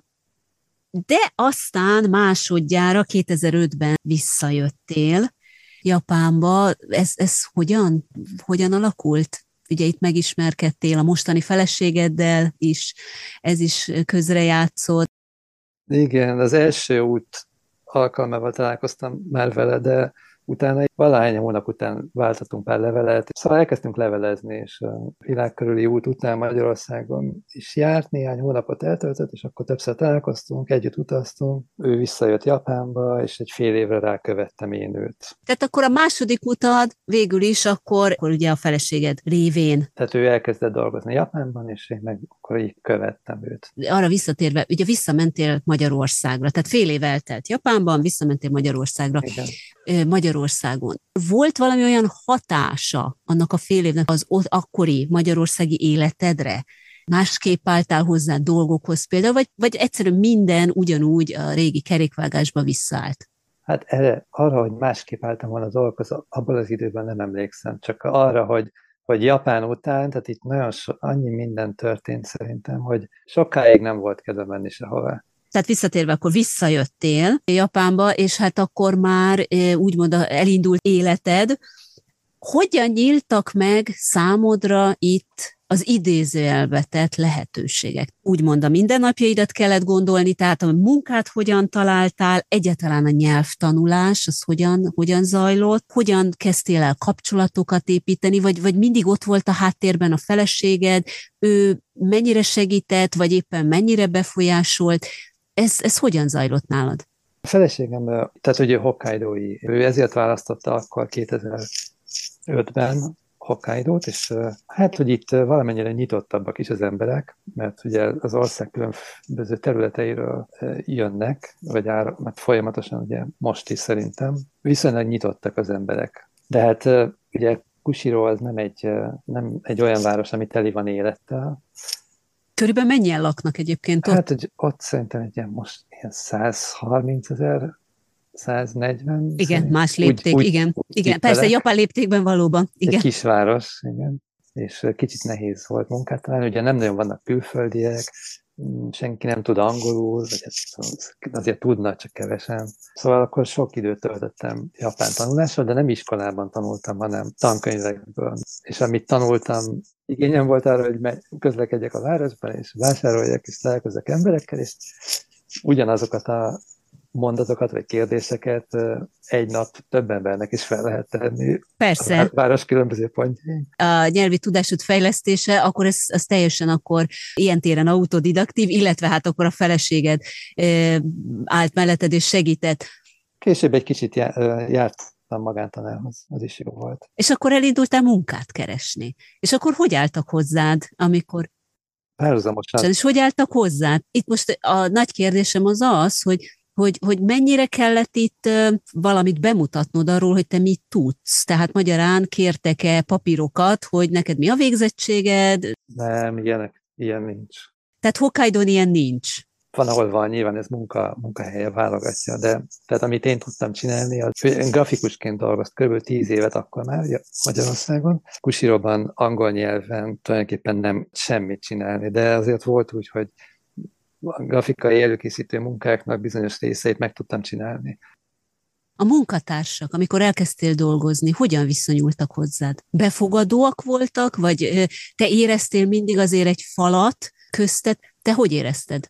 de aztán másodjára 2005-ben visszajöttél Japánba. Ez hogyan alakult? Ugye itt megismerkedtél a mostani feleségeddel is, ez is közrejátszott.
Igen, az első út alkalmával találkoztam már vele, de utána valahány hónap után váltottunk pár levelet, szóval elkezdtünk levelezni, és a világkörüli út után Magyarországon is járt, néhány hónapot eltöltött, és akkor többször találkoztunk, együtt utaztunk, ő visszajött Japánba, és egy fél évre rákövettem én őt.
Tehát akkor a második utad végül is akkor ugye a feleséged révén.
Tehát ő elkezdett dolgozni Japánban, és én meg akkor így követtem őt.
Arra visszatérve, ugye visszamentél Magyarországra, tehát fél év eltelt Japánban, visszamentél Magyarországra.
Igen.
Magyarországon. Volt valami olyan hatása annak a fél évnek az akkori magyarországi életedre? Másképp álltál hozzá dolgokhoz például, vagy egyszerűen minden ugyanúgy a régi kerékvágásba visszaállt?
Hát arra, hogy másképp álltam volna az dolgokhoz, abban az időben nem emlékszem. Csak arra, hogy Japán után, tehát itt nagyon annyi minden történt szerintem, hogy sokáig nem volt kedve menni sehová.
Tehát visszatérve, akkor visszajöttél Japánba, és hát akkor már úgymond elindult életed. Hogyan nyíltak meg számodra itt az idézőjelbe tett lehetőségek? Úgymond a mindennapjaidat kellett gondolni, tehát a munkát hogyan találtál, egyáltalán a nyelvtanulás, az hogyan zajlott, hogyan kezdtél el kapcsolatokat építeni, vagy mindig ott volt a háttérben a feleséged, ő mennyire segített, vagy éppen mennyire befolyásolt? Ez hogyan zajlott nálad?
A feleségem, tehát ugye Hokkaidói, ő ezért választotta akkor 2005-ben, Hokkaidót, és hát, hogy itt valamennyire nyitottabbak is az emberek, mert ugye az ország különböző területeiről jönnek, vagy mert folyamatosan ugye most is szerintem viszonylag nyitottak az emberek. De hát ugye Kushiro az nem egy olyan város, ami teli van élettel.
Körülbelül mennyien laknak egyébként ott?
Hát ott szerintem most ilyen 130 000, 140.
Igen,
szerint.
más lépték, igen. Persze, japán léptékben valóban. Igen.
Egy kisváros, igen. És kicsit nehéz volt munkát találni. Ugye nem nagyon vannak külföldiek, senki nem tud angolul, vagy azért tudnak, csak kevesen. Szóval akkor sok időt töltöttem japán tanulással, de nem iskolában tanultam, hanem tankönyvekből. És amit tanultam, igényem volt arra, hogy közlekedjek a városban, és vásároljak, és találkozzak emberekkel, és ugyanazokat a mondatokat, vagy kérdéseket egy nap több embernek is fel lehet tenni.
Persze.
A város különböző pontjain.
A nyelvi tudásod fejlesztése, akkor ez teljesen akkor ilyen téren autodidaktív, illetve hát akkor a feleséged állt melletted és segített.
Később egy kicsit jártam magántanárhoz, az is jó volt.
És akkor elindultál munkát keresni. És akkor hogy álltak hozzád, amikor...
Párhuzamosan.
És hogy álltak hozzád? Itt most a nagy kérdésem az, hogy mennyire kellett itt valamit bemutatnod arról, hogy te mit tudsz. Tehát magyarán kértek-e papírokat, hogy neked mi a végzettséged?
Nem, ilyen nincs.
Tehát Hokkaidón ilyen nincs.
Van, ahol van, nyilván ez munkahelye válogatja, de tehát amit én tudtam csinálni, én grafikusként dolgoztam kb. 10 évet akkor már Magyarországon. Kushiroban angol nyelven tulajdonképpen nem semmit csinálni, de azért volt úgy, hogy a grafikai előkészítő munkáknak bizonyos részeit meg tudtam csinálni.
A munkatársak, amikor elkezdtél dolgozni, hogyan viszonyultak hozzád? Befogadóak voltak, vagy te éreztél mindig azért egy falat köztet? Te hogy érezted?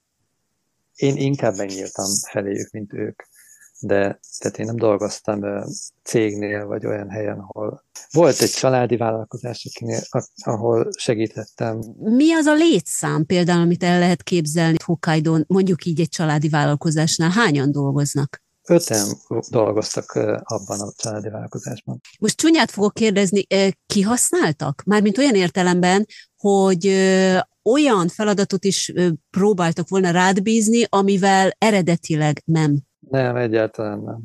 Én inkább megnyíltam feléjük, mint ők. De tehát én nem dolgoztam cégnél, vagy olyan helyen, ahol volt egy családi vállalkozás, ahol segítettem.
Mi az a létszám például, amit el lehet képzelni Hokkaidón, mondjuk így egy családi vállalkozásnál? Hányan dolgoznak?
5-en dolgoztak abban a családi vállalkozásban.
Most csúnyát fogok kérdezni, kihasználtak? Mármint olyan értelemben, hogy olyan feladatot is próbáltak volna rád bízni, amivel eredetileg nem.
Nem, egyáltalán nem.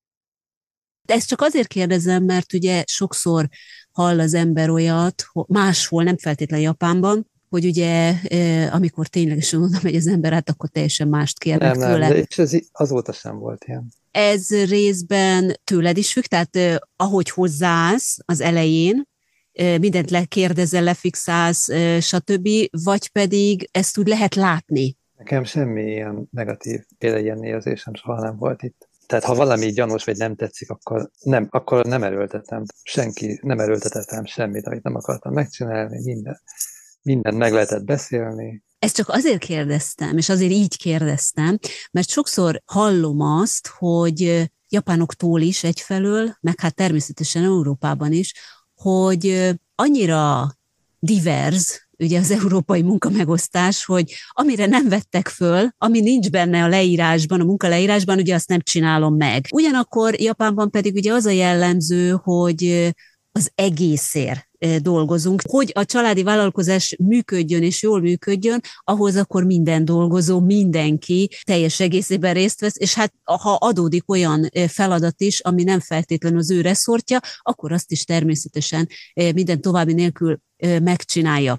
De ezt csak azért kérdezem, mert ugye sokszor hall az ember olyat, máshol, nem feltétlenül Japánban, hogy ugye amikor ténylegesen oda megy az ember át, akkor teljesen mást kérnek tőle.
Nem, és ez azóta sem volt ilyen.
Ez részben tőled is függ, tehát ahogy hozzáállsz az elején, mindent lekérdezel, lefixálsz, stb., vagy pedig ezt úgy lehet látni?
Nekem semmi ilyen negatív, például ilyen érzésem soha nem volt itt. Tehát ha valami gyanús vagy nem tetszik, akkor nem erőltetem. Senki nem erőltetett rám semmit, amit nem akartam megcsinálni, mindent meg lehetett beszélni.
Ezt csak azért kérdeztem, és azért így kérdeztem, mert sokszor hallom azt, hogy japánoktól is egyfelől, meg hát természetesen Európában is, hogy annyira divers, ugye az európai munkamegosztás, hogy amire nem vettek föl, ami nincs benne a leírásban, a munkaleírásban, ugye azt nem csinálom meg. Ugyanakkor Japánban pedig ugye az a jellemző, hogy az egészért dolgozunk. Hogy a családi vállalkozás működjön és jól működjön, ahhoz akkor minden dolgozó, mindenki teljes egészében részt vesz, és hát ha adódik olyan feladat is, ami nem feltétlenül az ő reszortja, akkor azt is természetesen minden további nélkül megcsinálja.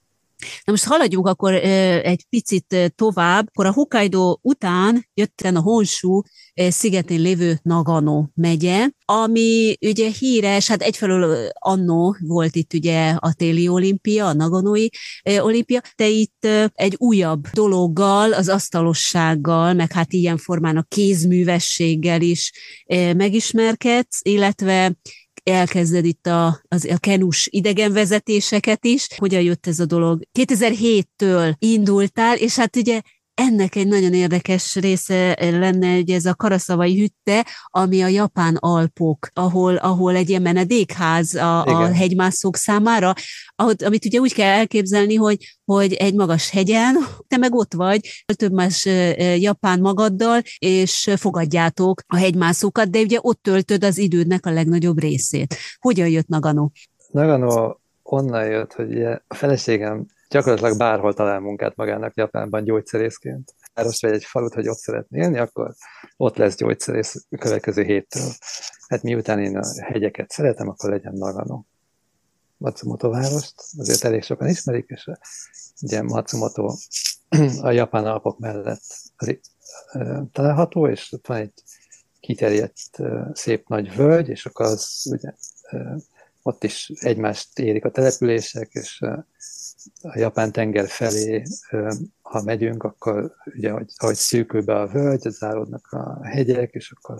Na most haladjunk akkor egy picit tovább. Akkor a Hokkaidó után jötten a Honshu szigetén lévő Nagano megye, ami ugye híres, hát egyfelől annó volt itt ugye a téli olimpia, a naganói olimpia, de itt egy újabb dologgal, az asztalossággal, meg hát ilyen formán a kézművességgel is megismerkedsz, illetve elkezded itt a kenus idegenvezetéseket is. Hogyan jött ez a dolog? 2007-től indultál, és hát ugye ennek egy nagyon érdekes része lenne, hogy ez a Karaszavai hütte, ami a japán Alpok, ahol egy ilyen menedékház a hegymászók számára, amit ugye úgy kell elképzelni, hogy egy magas hegyen, te meg ott vagy, több más japán magaddal, és fogadjátok a hegymászókat, de ugye ott töltöd az idődnek a legnagyobb részét. Hogyan jött Nagano?
Nagano onnan jött, hogy ugye a feleségem gyakorlatilag bárhol talál munkát magának Japánban gyógyszerészként. Város vagy egy falut, hogy ott szeretné élni, akkor ott lesz gyógyszerész a következő héttől. Hát miután én a hegyeket szeretem, akkor legyen Nagano. Matsumoto várost, azért elég sokan ismerik, és ugye Matsumoto a japán Alpok mellett található, és ott van egy kiterjedt szép nagy völgy, és akkor az ugye ott is egymást érik a települések, és a Japán tenger felé, ha megyünk, akkor ugye, ahogy szűkül be a völgy, záródnak a hegyek, és akkor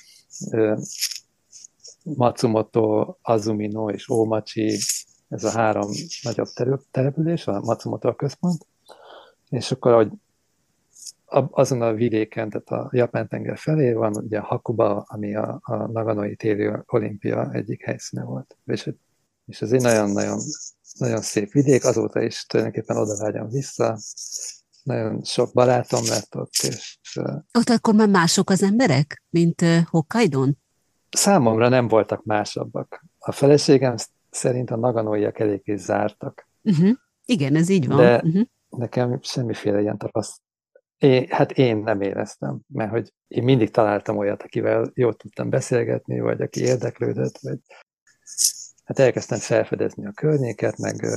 Matsumoto, Azumino és Omachi, ez a három nagyobb település, a Matsumoto a központ, és akkor ahogy azon a vidéken, tehát a Japán-tenger felé van ugye Hakuba, ami a Naganoi téli olimpia egyik helyszíne volt. És ez egy nagyon-nagyon nagyon szép vidék, azóta is tulajdonképpen oda vágyam vissza. Nagyon sok barátom lett ott, és...
Ott akkor már mások az emberek, mint Hokkaidon?
Számomra nem voltak másabbak. A feleségem szerint a naganoiak eléggé zártak.
Igen, ez így van.
De nekem semmiféle ilyen hát én nem éreztem, mert hogy én mindig találtam olyat, akivel jól tudtam beszélgetni, vagy aki érdeklődött, vagy hát elkezdtem felfedezni a környéket, meg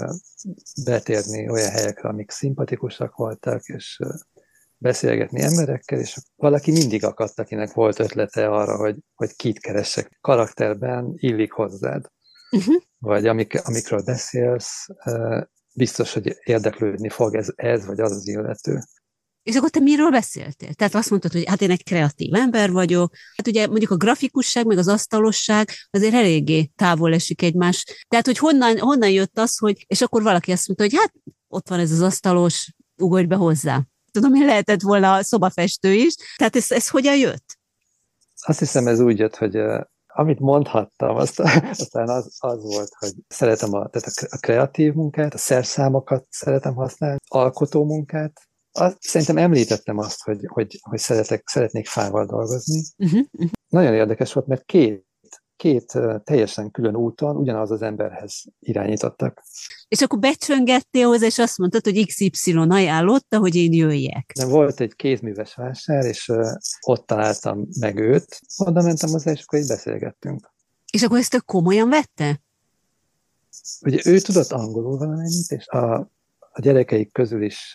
betérni olyan helyekre, amik szimpatikusak voltak, és beszélgetni emberekkel, és valaki mindig akadt, akinek volt ötlete arra, hogy kit keressek karakterben, illik hozzád. Vagy amikről beszélsz, biztos, hogy érdeklődni fog ez vagy az az illető.
És akkor te miről beszéltél? Tehát azt mondtad, hogy hát én egy kreatív ember vagyok. Hát ugye mondjuk a grafikusság, meg az asztalosság azért eléggé távol esik egymás. Tehát, hogy honnan jött az, hogy, és akkor valaki azt mondta, hogy hát ott van ez az asztalos, ugorj be hozzá. Tudom, én lehetett volna szobafestő is. Tehát ez hogyan jött?
Azt hiszem, ez úgy jött, hogy amit mondhattam, aztán az volt, hogy szeretem tehát a kreatív munkát, a szerszámokat szeretem használni, alkotó munkát. Szerintem említettem azt, hogy szeretnék fával dolgozni. Nagyon érdekes volt, mert két teljesen külön úton ugyanaz az emberhez irányítottak.
És akkor becsöngettél hozzá, és azt mondtad, hogy XY ajánlotta, hogy én jöjjek.
Nem, volt egy kézműves vásár, és ott találtam meg őt. Oda mentem hozzá, és akkor így beszélgettünk.
És akkor ezt komolyan vette?
Ugye ő tudott angolul valamennyit, és a gyerekeik közül is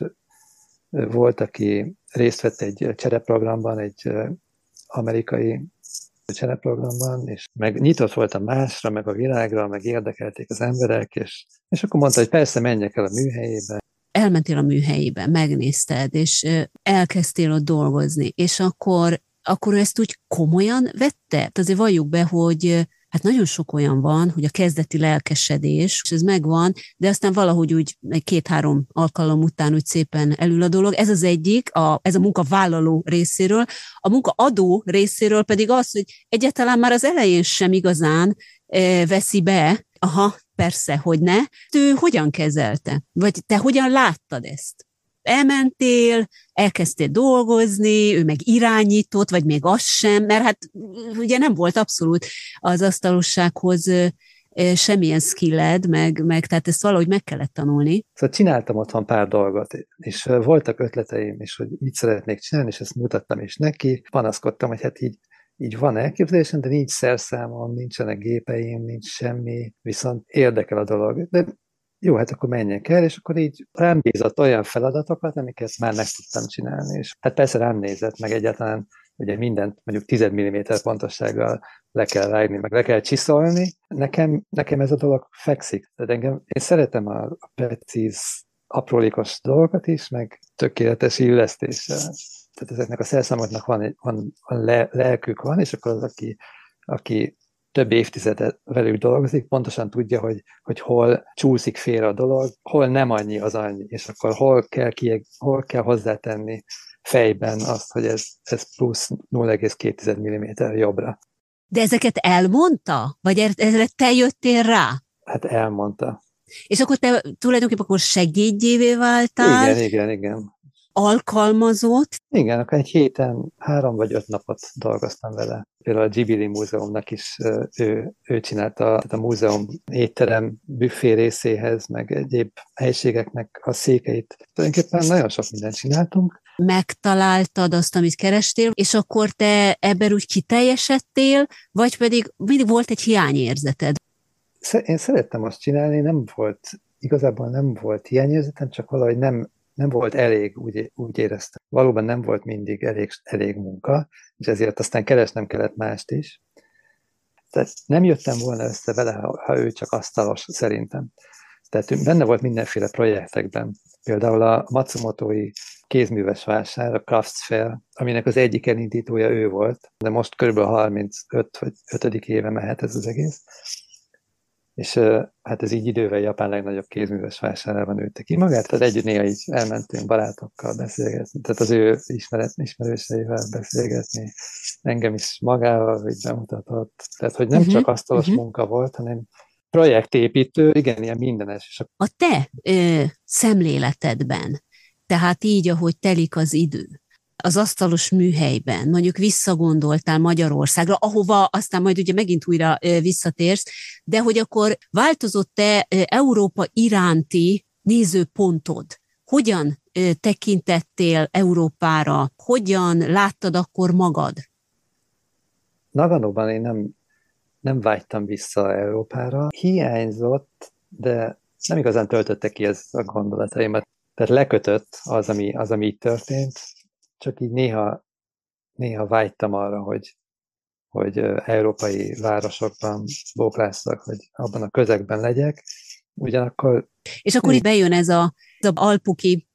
volt, aki részt vett egy csereprogramban, egy amerikai csereprogramban, és meg nyitott volt a másra, meg a világra, meg érdekelték az emberek, és akkor mondta, hogy persze menjek el a műhelyébe.
Elmentél a műhelyébe, megnézted, és elkezdtél ott dolgozni, és akkor ő ezt úgy komolyan vette? Azért valljuk be, hogy hát nagyon sok olyan van, hogy a kezdeti lelkesedés, és ez megvan, de aztán valahogy úgy egy 2-3 alkalom után úgy szépen elül a dolog. Ez az egyik, ez a munkavállaló részéről. A munkaadó részéről pedig az, hogy egyáltalán már az elején sem igazán veszi be, persze, hogy ne. Ő hogyan kezelte? Vagy te hogyan láttad ezt? Elmentél, elkezdtél dolgozni, ő meg irányított, vagy még az sem, mert hát ugye nem volt abszolút az asztalossághoz semmilyen skilled, meg tehát ezt valahogy meg kellett tanulni.
Szóval csináltam otthon pár dolgot, és voltak ötleteim is, hogy mit szeretnék csinálni, és ezt mutattam is neki. Panaszkodtam, hogy hát így van elképzelésem, de nincs szerszámom, nincsenek gépeim, nincs semmi, viszont érdekel a dolog. De jó, hát akkor menjek el, és akkor így rám bízott olyan feladatokat, amiket már meg tudtam csinálni. És hát persze rám nézett, meg egyáltalán ugye mindent mondjuk 10 mm pontossággal le kell vágni, meg le kell csiszolni. Nekem ez a dolog fekszik. Tehát én szeretem a precíz, aprólékos dolgokat is, meg tökéletes illesztéssel. Tehát ezeknek a szerszámoknak van lelkük van, és akkor az, aki több évtizedet velük dolgozik, pontosan tudja, hogy hol csúszik félre a dolog, hol nem annyi az annyi, és akkor hol kell hozzátenni fejben azt, hogy ez plusz 0,2 mm jobbra.
De ezeket elmondta? Vagy ezre te jöttél rá?
Hát elmondta.
És akkor te tulajdonképpen akkor segédjévé váltál?
Igen.
alkalmazott.
Igen, akkor egy héten 3 vagy 5 napot dolgoztam vele. Például a Ghibli Múzeumnak is ő csinálta, tehát a múzeum étterem büffé részéhez, meg egyéb helységeknek a székeit. Tulajdonképpen nagyon sok mindent csináltunk.
Megtaláltad azt, amit kerestél, és akkor te ebben úgy kiteljesedtél, vagy pedig mindig volt egy hiányérzeted?
Én szerettem azt csinálni, igazából nem volt hiányérzetem, csak valahogy nem volt elég, úgy éreztem. Valóban nem volt mindig elég munka, és ezért aztán keresnem kellett mást is. Tehát nem jöttem volna össze vele, ha ő csak asztalos, szerintem. Tehát benne volt mindenféle projektekben. Például a Matsumoto-i kézműves vásár, a Crafts Fair, aminek az egyik elindítója ő volt, de most körülbelül 35 vagy 5. éve mehet ez az egész. És hát ez így idővel Japán legnagyobb kézműves vásárában nőtte ki magát, tehát együtt néha így elmentünk barátokkal beszélgetni, tehát az ő ismerőseivel beszélgetni, engem is magával, hogy bemutatott, tehát hogy nem csak asztalos munka volt, hanem projektépítő, igen, ilyen mindenes.
A te szemléletedben, tehát így, ahogy telik az idő, az asztalos műhelyben, mondjuk visszagondoltál Magyarországra, ahova aztán majd ugye megint újra visszatérsz, de hogy akkor változott-e Európa iránti nézőpontod? Hogyan tekintettél Európára? Hogyan láttad akkor magad?
Naganóban én nem vágytam vissza Európára. Hiányzott, de nem igazán töltötte ki ez a gondolataimat. Tehát lekötött az, ami így történt, csak így néha vágytam arra, hogy európai városokban bóklásszak, hogy abban a közegben legyek. Ugyanakkor...
És akkor itt bejön ez az alpuki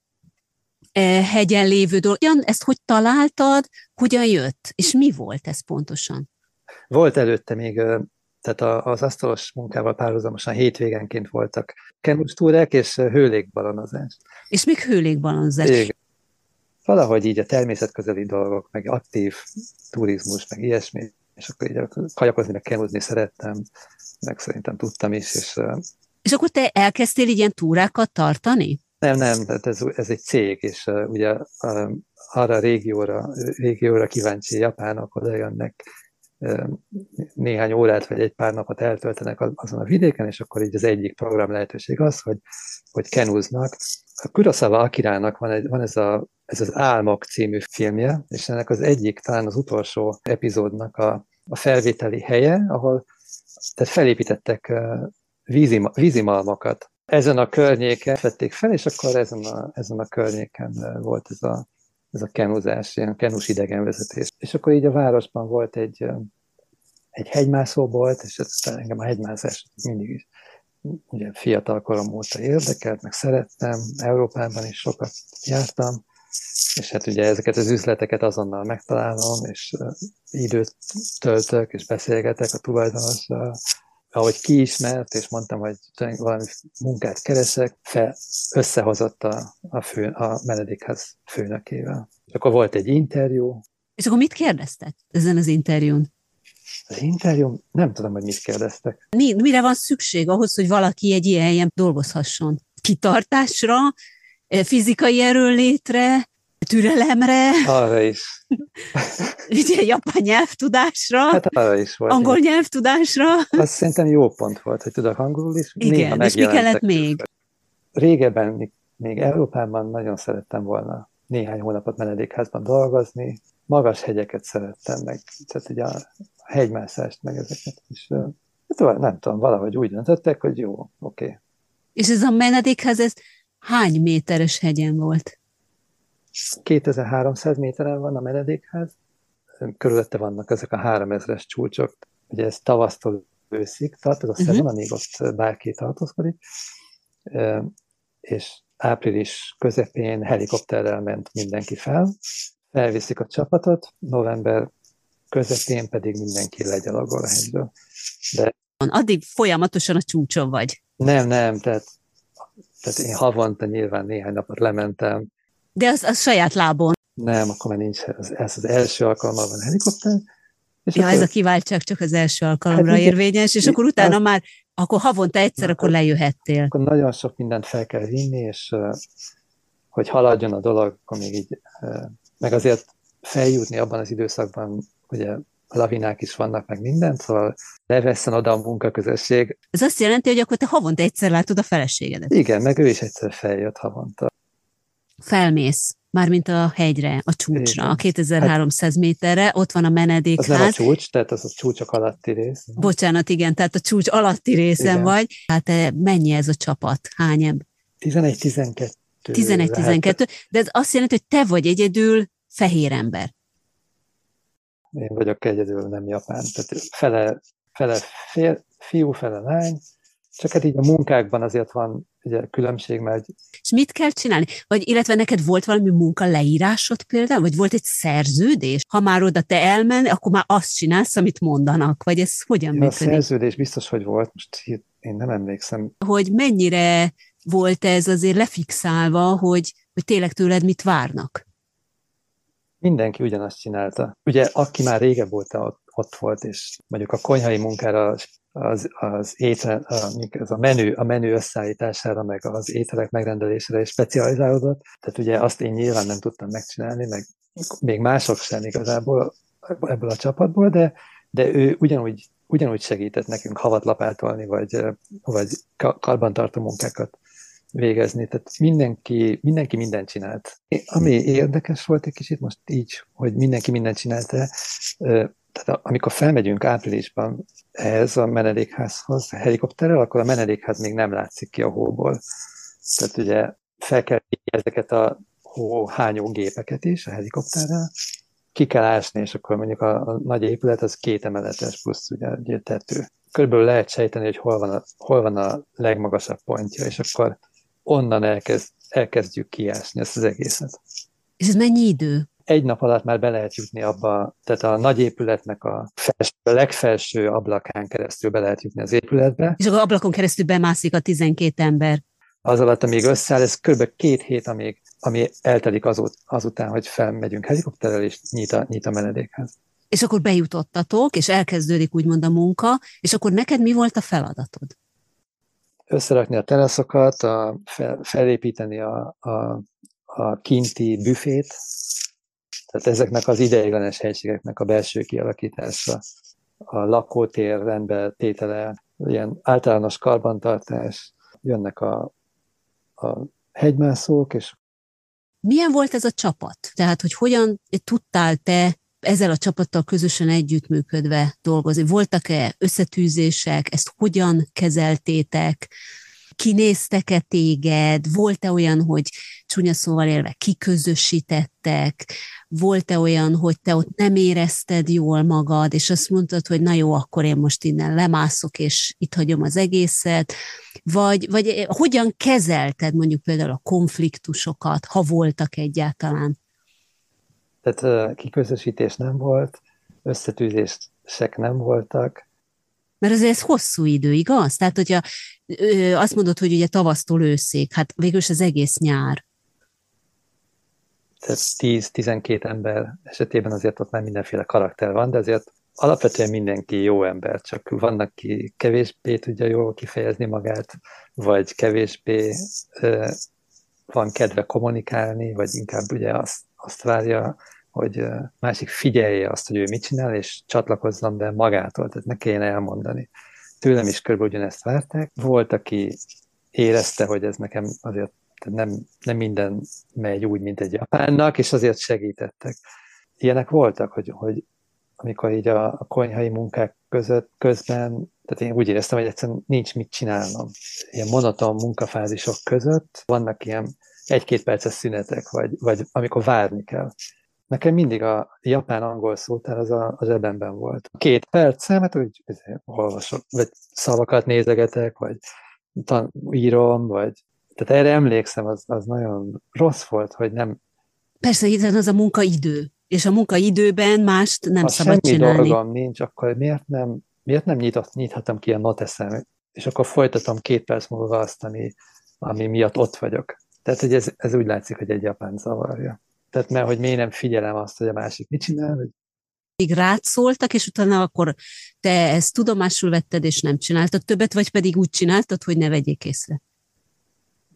hegyen lévő dolog. Ezt hogy találtad, hogyan jött, és mi volt ez pontosan?
Volt előtte még, tehát az asztalos munkával párhuzamosan hétvégenként voltak kenus túrák és hőlékbalonozás.
És még hőlékbalonozás.
Igen. Valahogy így a természetközeli dolgok, meg aktív turizmus, meg ilyesmi, és akkor így kajakozni, meg kenúzni szerettem, meg szerintem tudtam is.
És akkor te elkezdtél ilyen túrákat tartani?
Nem, ez egy cég, és ugye arra a régióra kíváncsi japánok oda jönnek, néhány órát vagy egy pár napot eltöltenek azon a vidéken, és akkor így az egyik program lehetőség az, hogy kenúznak. A Kurosawa Akirának van ez az Álmok című filmje, és ennek az egyik, talán az utolsó epizódnak a felvételi helye, ahol tehát felépítettek vízimalmokat. Ezen a környéken vették fel, és akkor ezen a környéken volt ez a kenuzás, ilyen kenus idegenvezetés. És akkor így a városban volt egy hegymászóbolt, és engem a hegymászás mindig is ugye fiatal korom óta érdekelt, meg szerettem, Európában is sokat jártam, és hát ugye ezeket az üzleteket azonnal megtalálom, és időt töltök, és beszélgetek a tulajdonossal, ahogy kiismert, és mondtam, hogy valami munkát keresek, összehozott a menedékház főnökével. És akkor volt egy interjú.
És akkor mit kérdeztek ezen az interjún?
Az interjú, nem tudom, hogy mit kérdeztek.
Mire van szükség ahhoz, hogy valaki egy ilyen helyen dolgozhasson? Kitartásra, fizikai erőnlétre, türelemre?
Arra is.
Ugye japán nyelvtudásra?
Hát arra is volt.
Angol nyelvtudásra?
Az szerintem jó pont volt, hogy tudok angolul is.
Igen, és mi kellett még?
Régebben, még Európában nagyon szerettem volna néhány hónapot menedékházban dolgozni. Magas hegyeket szerettem meg, tehát ugye a hegymászást, meg ezeket is. Hát nem tudom, valahogy úgy döntöttek, hogy jó, oké.
És ez a menedékház, ez hány méteres hegyen volt?
2300 méteren van a menedékház, körülötte vannak ezek a 3000-es csúcsok, ugye ez tavasztól őszig tart, ez a szezon, amíg ott bárki tartózkodik, és április közepén helikopterrel ment mindenki fel, felviszik a csapatot, november közepén pedig mindenki legyalogol a hegyről. De
addig folyamatosan a csúcson vagy.
Nem, tehát én havonta nyilván néhány napot lementem.
De az saját lábon.
Nem, akkor már nincs, ez az első alkalommal van helikopter. És
ja, ez a kiváltság csak az első alkalomra érvényes, és akkor utána akkor havonta egyszer, akkor lejöhettél.
Akkor nagyon sok mindent fel kell vinni, és hogy haladjon a dolog, akkor még így, meg azért feljutni abban az időszakban, ugye lavinák is vannak, meg mindent, szóval levesszen oda a munkaközösség.
Ez azt jelenti, hogy akkor te havonta egyszer látod a feleségedet.
Igen, meg ő is egyszer feljött havonta.
Felmész, mármint a hegyre, a csúcsra,
Igen.
a 2300 méterre, ott van a menedékház.
Az nem a csúcs, tehát az a csúcsok alatti rész.
Bocsánat, igen, tehát a csúcs alatti részen
Igen.
vagy. Hát mennyi ez a csapat? Hány ember?
11-12.
11-12, de ez azt jelenti, hogy te vagy egyedül fehér ember.
Én vagyok egyedül, nem japán. Tehát fele fiú, fele lány. Csak hát így a munkákban azért van ugye különbség, mert...
És mit kell csinálni? Vagy illetve neked volt valami munka leírásod például? Vagy volt egy szerződés? Ha már oda te elmenni, akkor már azt csinálsz, amit mondanak? Vagy ez hogyan működik?
A szerződés biztos, hogy volt. Most én nem emlékszem.
Hogy mennyire volt ez azért lefixálva, hogy tényleg tőled mit várnak?
Mindenki ugyanazt csinálta. Ugye, aki már régebb óta ott volt, és mondjuk a konyhai munkára, az étel, a menü összeállítására, meg az ételek megrendelésére is specializálódott. Tehát ugye azt én nyilván nem tudtam megcsinálni, meg még mások sem igazából ebből a csapatból, de ő ugyanúgy segített nekünk havat lapátolni, vagy karbantartó munkákat végezni. Tehát mindenki mindent csinált. Ami érdekes volt egy kicsit most így, hogy mindenki mindent csinálta, tehát amikor felmegyünk áprilisban ehhez a menedékházhoz a helikopterrel, akkor a menedékház még nem látszik ki a hóból. Tehát ugye fel kell ezeket a hóhányó gépeket is a helikopterrel, ki kell ásni, és akkor mondjuk a nagy épület az 2 emeletes plusz ugye tető. Körülbelül lehet sejteni, hogy hol van a legmagasabb pontja, és akkor onnan elkezdjük kiásni ezt az egészet.
És ez mennyi idő?
Egy nap alatt már be lehet jutni abba, tehát a nagy épületnek a legfelső ablakán keresztül be lehet jutni az épületbe.
És akkor ablakon keresztül bemászik a 12 ember.
Az alatt, amíg összeáll, ez kb. 2 hét, ami eltelik azután, hogy felmegyünk helikopterrel, és nyit a menedékház.
És akkor bejutottatok, és elkezdődik úgymond a munka, és akkor neked mi volt a feladatod?
Összerakni a teraszokat, felépíteni a kinti büfét, tehát ezeknek az ideiglenes helységeknek a belső kialakítása, a lakótér rendbe tétele, ilyen általános karbantartás, jönnek a hegymászók, és...
Milyen volt ez a csapat? Tehát, hogy hogyan tudtál te ezzel a csapattal közösen együttműködve dolgozni? Voltak-e összetűzések? Ezt hogyan kezeltétek? Kinéztek-e téged? Volt-e olyan, hogy csúnya szóval élve kiközösítettek? Volt-e olyan, hogy te ott nem érezted jól magad, és azt mondtad, hogy na jó, akkor én most innen lemászok, és itt hagyom az egészet? Vagy hogyan kezelted mondjuk például a konfliktusokat, ha voltak egyáltalán?
Tehát kiközösítés nem volt, összetűzések nem voltak.
Mert azért ez hosszú idő, igaz? Tehát, hogyha azt mondod, hogy ugye tavasztól őszig, hát végülis az egész nyár.
Tehát 10-12 ember esetében azért ott már mindenféle karakter van, de azért alapvetően mindenki jó ember, csak vannak, ki kevésbé tudja jól kifejezni magát, vagy kevésbé van kedve kommunikálni, vagy inkább ugye azt várja, hogy másik figyelje azt, hogy ő mit csinál, és csatlakozzon be magától, tehát ne kelljen elmondani. Tőlem is körülbelül ugyanezt várták. Volt, aki érezte, hogy ez nekem azért nem minden megy úgy, mint egy japánnak, és azért segítettek. Ilyenek voltak, hogy amikor így a konyhai munkák közben, tehát én úgy éreztem, hogy egyszerűen nincs mit csinálnom. Ilyen monoton munkafázisok között vannak ilyen 1-2 perces szünetek, vagy amikor várni kell. Nekem mindig a japán-angol szótár az a zsebemben volt. 2 percem, hát úgy olvasok, vagy szavakat nézegetek, vagy írom, vagy... Tehát erre emlékszem, az nagyon rossz volt, hogy nem...
Persze, hiszen az a munkaidő, és a munkaidőben mást nem szabad csinálni.
Ha semmi dolgom nincs, akkor miért nem nyithatom ki a noteszem, és akkor folytatom 2 perc múlva azt, ami miatt ott vagyok. Tehát, hogy ez úgy látszik, hogy egy japán zavarja. Tehát mert hogy miért nem figyelem azt, hogy a másik mit csinál. Hogy...
Még rád szóltak, és utána akkor te ezt tudomásul vetted, és nem csináltad többet, vagy pedig úgy csináltad, hogy ne vegyék észre?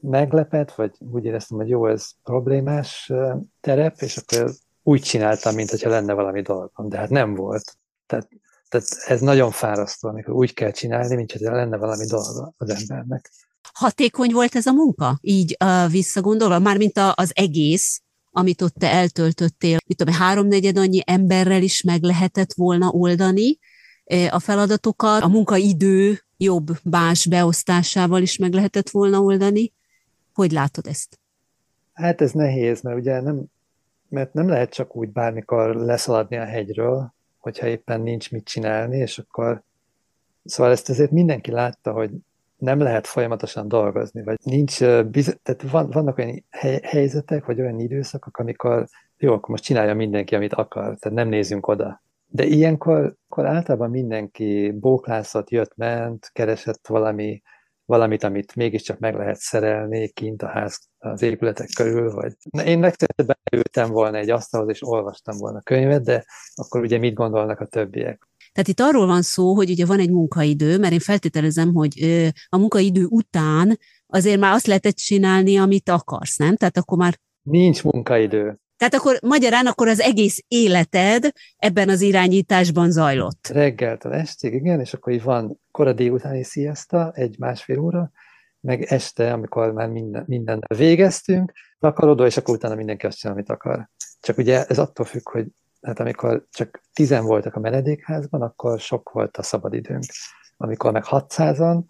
meglepett, vagy úgy éreztem, hogy jó, ez problémás terep, és akkor úgy csináltam, mintha lenne valami dolgom, de hát nem volt. Tehát ez nagyon fárasztó, amikor úgy kell csinálni, mintha lenne valami dolga az embernek.
Hatékony volt ez a munka? Így visszagondolva, mármint az egész, amit ott te eltöltöttél, mit tudom, 3/4 annyi emberrel is meg lehetett volna oldani a feladatokat, a munkaidő jobb más beosztásával is meg lehetett volna oldani. Hogy látod ezt?
Hát ez nehéz, mert ugye nem lehet csak úgy bármikor leszaladni a hegyről, hogyha éppen nincs mit csinálni, és akkor szóval ezt azért mindenki látta, hogy nem lehet folyamatosan dolgozni, vagy nincs, tehát vannak olyan helyzetek, vagy olyan időszakok, amikor jó, akkor most csinálja mindenki, amit akar, tehát nem nézünk oda. De ilyenkor általában mindenki bóklászott, jött-ment, keresett valamit, amit mégiscsak meg lehet szerelni kint az épületek körül, vagy én legtöbbet beültem volna egy asztalhoz, és olvastam volna könyvet, de akkor ugye mit gondolnak a többiek?
Tehát itt arról van szó, hogy ugye van egy munkaidő, mert én feltételezem, hogy a munkaidő után azért már azt lehetett csinálni, amit akarsz, nem? Tehát akkor már...
Nincs munkaidő.
Tehát akkor magyarán akkor az egész életed ebben az irányításban zajlott.
Reggeltől estig, igen, és akkor így van kora délutáni siesta, 1-1,5 óra, meg este, amikor már mindennel végeztünk, takarodó, és akkor utána mindenki azt csinál, amit akar. Csak ugye ez attól függ, hogy hát amikor csak 10 voltak a menedékházban, akkor sok volt a szabadidőnk. Amikor meg 600-an,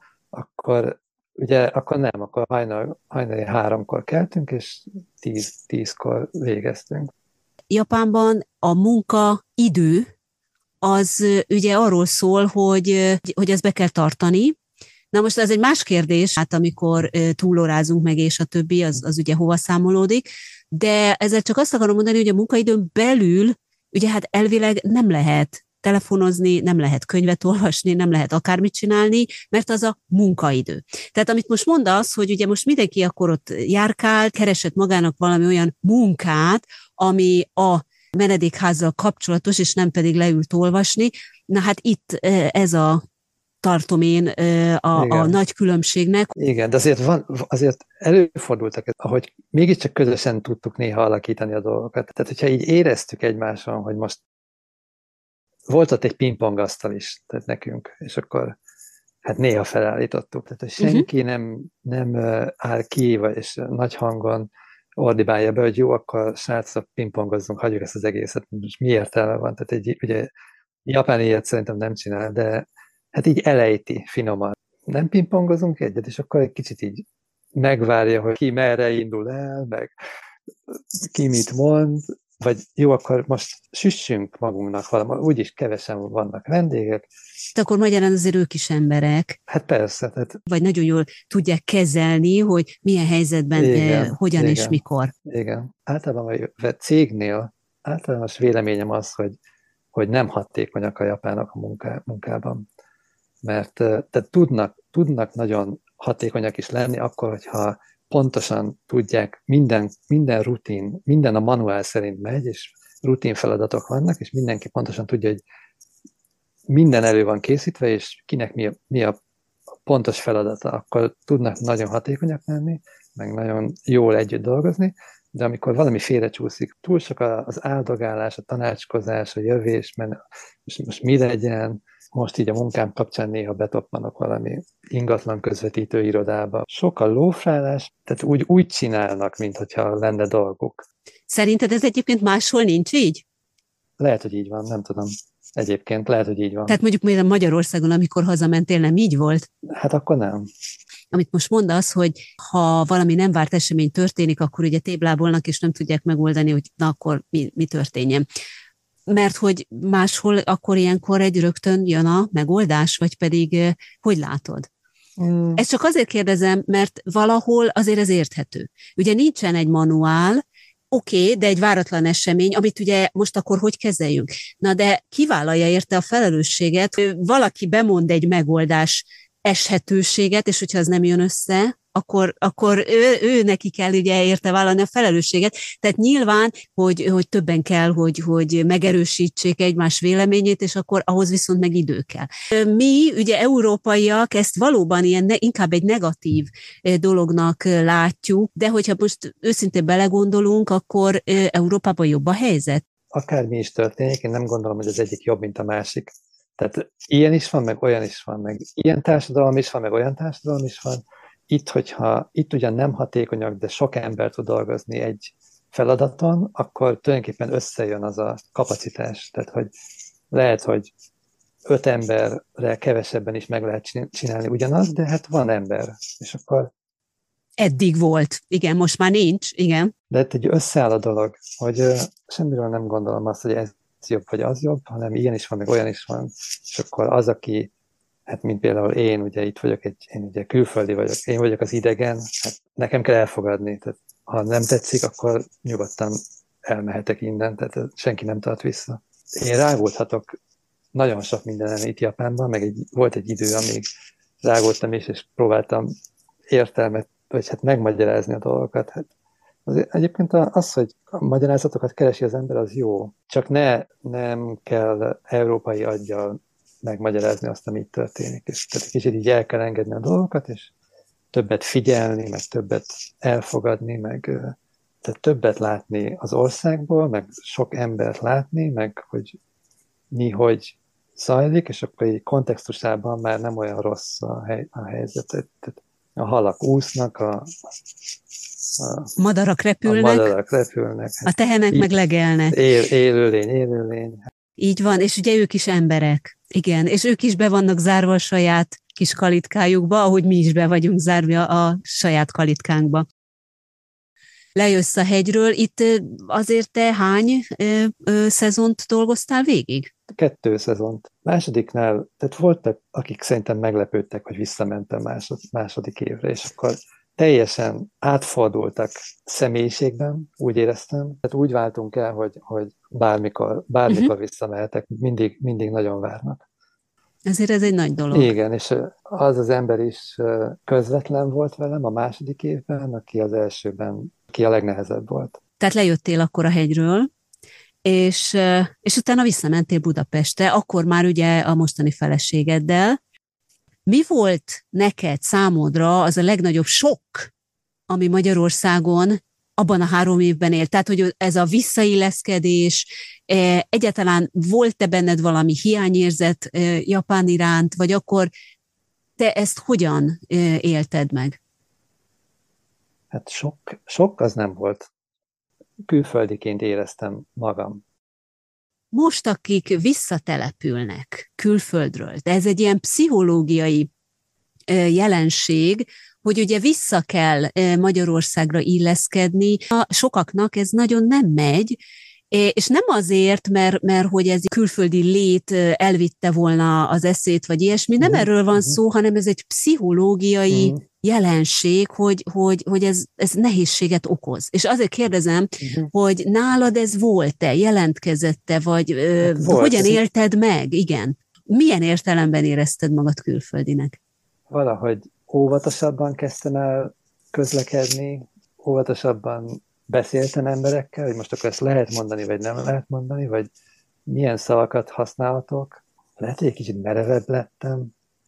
akkor nem, akkor hajnali 3-kor keltünk, és 10-kor végeztünk.
Japánban a munkaidő az ugye arról szól, hogy ezt be kell tartani. Na most ez egy más kérdés, hát amikor túlórázunk meg, és a többi, az ugye hova számolódik, de ezzel csak azt akarom mondani, hogy a munkaidőn belül ugye hát elvileg nem lehet telefonozni, nem lehet könyvet olvasni, nem lehet akármit csinálni, mert az a munkaidő. Tehát amit most mondasz, hogy ugye most mindenki akkor ott járkál, keresett magának valami olyan munkát, ami a menedékházzal kapcsolatos, és nem pedig leült olvasni. Na hát itt ez a tartom én a nagy különbségnek.
Igen, de azért előfordultak, ahogy mégiscsak közösen tudtuk néha alakítani a dolgokat. Tehát, hogyha így éreztük egymáson, hogy most volt ott egy pingpongasztal is, tehát nekünk, és akkor hát néha felállítottuk. Tehát, hogy senki nem áll ki, és nagy hangon ordibálja be, hogy jó, akkor srácok, pingpongozzunk, hagyjuk ezt az egészet, most mi értelme van. Tehát ugye Japán ilyet szerintem nem csinál, de hát így elejti finoman. Nem pingpongozunk egyet, és akkor egy kicsit így megvárja, hogy ki merre indul el, meg ki mit mond, vagy jó, akkor most süssünk magunknak valami, úgyis kevesen vannak vendégek.
De akkor magyarán azért ők is emberek.
Hát persze.
Vagy nagyon jól tudják kezelni, hogy milyen helyzetben, hogyan és mikor.
Igen. Általában a cégnél általános véleményem az, hogy nem hatékonyak a japánok a munkában. Mert tehát tudnak nagyon hatékonyak is lenni, akkor, hogyha pontosan tudják, minden rutin, minden a manuál szerint megy, és rutin feladatok vannak, és mindenki pontosan tudja, hogy minden elő van készítve, és kinek mi a pontos feladata, akkor tudnak nagyon hatékonyak lenni, meg nagyon jól együtt dolgozni, de amikor valami félrecsúszik, túl sok az áldogálás, a tanácskozás, a jövés, mert most mi legyen, most így a munkám kapcsán néha betoppanok valami ingatlan közvetítő irodába. Sok a lófrálás, tehát úgy csinálnak, mintha lenne dolguk.
Szerinted ez egyébként máshol nincs így?
Lehet, hogy így van, nem tudom. Egyébként lehet, hogy így van.
Tehát mondjuk még Magyarországon, amikor hazamentél, nem így volt?
Hát akkor nem.
Amit most mondasz, hogy ha valami nem várt esemény történik, akkor ugye téblábolnak, és nem tudják megoldani, hogy na akkor mi történjen. Mert hogy máshol akkor ilyenkor egy rögtön jön a megoldás, vagy pedig hogy látod? Ezt csak azért kérdezem, mert valahol azért ez érthető. Ugye nincsen egy manuál, oké, de egy váratlan esemény, amit ugye most akkor hogy kezeljünk? Na de ki vállalja érte a felelősséget? Valaki bemond egy megoldás eshetőséget, és hogyha az nem jön össze, akkor ő neki kell ugye érte vállalni a felelősséget. Tehát nyilván, hogy többen kell, hogy megerősítsék egymás véleményét, és akkor ahhoz viszont meg idő kell. Mi, ugye európaiak ezt valóban inkább egy negatív dolognak látjuk, de hogyha most őszintén belegondolunk, akkor Európában jobb a helyzet.
Akármi is történik, én nem gondolom, hogy az egyik jobb, mint a másik. Tehát ilyen is van, meg olyan is van, meg ilyen társadalom is van, meg olyan társadalom is van. Itt ugyan nem hatékonyak, de sok ember tud dolgozni egy feladaton, akkor tulajdonképpen összejön az a kapacitás. Tehát, hogy lehet, hogy 5 emberrel kevesebben is meg lehet csinálni ugyanaz, de hát van ember. És akkor...
Eddig volt. Igen, most már nincs. Igen.
De hát egy összeáll a dolog, hogy semmiről nem gondolom azt, hogy ez jobb vagy az jobb, hanem ilyen is van, meg olyan is van. És akkor az, aki, hát mint például én, ugye itt vagyok, én ugye külföldi vagyok, én vagyok az idegen, hát nekem kell elfogadni. Tehát ha nem tetszik, akkor nyugodtan elmehetek innen, tehát senki nem tart vissza. Én rágódhatok nagyon sok mindenen itt Japánban, meg volt egy idő, amíg rágódtam is, és próbáltam értelmet, vagy hát megmagyarázni a dolgokat. Hát egyébként az, hogy a magyarázatokat keresi az ember, az jó. Csak nem kell európai aggyal megmagyarázni azt, ami itt történik. És tehát kicsit így el kell engedni a dolgokat, és többet figyelni, meg többet elfogadni, meg tehát többet látni az országból, meg sok embert látni, meg hogy mi hogy zajlik, és akkor így kontextusában már nem olyan rossz a helyzet. Tehát a halak úsznak, a
madarak repülnek, a tehenek meg legelnek.
Élőlény.
Így van, és ugye ők is emberek. Igen, és ők is be vannak zárva a saját kis kalitkájukba, ahogy mi is be vagyunk zárva a saját kalitkánkba. Lejössz a hegyről, itt azért te hány szezont dolgoztál végig?
2 szezont. Másodiknál, tehát voltak, akik szerintem meglepődtek, hogy visszamentem második évre, és akkor teljesen átfordultak személyiségben, úgy éreztem. Tehát úgy váltunk el, hogy bármikor visszamehetek, mindig nagyon várnak.
Ezért ez egy nagy dolog.
Igen, és az ember is közvetlen volt velem a második évben, aki az elsőben, aki a legnehezebb volt.
Tehát lejöttél akkor a hegyről, és utána visszamentél Budapestre, akkor már ugye a mostani feleségeddel. Mi volt neked számodra az a legnagyobb sok, ami Magyarországon abban a 3 évben élt? Tehát, hogy ez a visszailleszkedés, egyáltalán volt-e benned valami hiányérzet Japán iránt, vagy akkor te ezt hogyan élted meg?
Hát sok az nem volt. Külföldiként éreztem magam.
Most, akik visszatelepülnek külföldről, de ez egy ilyen pszichológiai jelenség, hogy ugye vissza kell Magyarországra illeszkedni. Sokaknak ez nagyon nem megy, és nem azért, mert hogy ez külföldi lét elvitte volna az eszét, vagy ilyesmi, nem erről van szó, hanem ez egy pszichológiai jelenség, hogy ez nehézséget okoz. És azért kérdezem, hogy nálad ez volt-e, jelentkezette, vagy hogyan élted meg? Igen. Milyen értelemben érezted magad külföldinek?
Valahogy óvatosabban kezdtem el közlekedni, óvatosabban beszéltem emberekkel, hogy most akkor ezt lehet mondani, vagy nem lehet mondani, vagy milyen szavakat használhatok. Lehet, hogy egy kicsit merevebb lettem.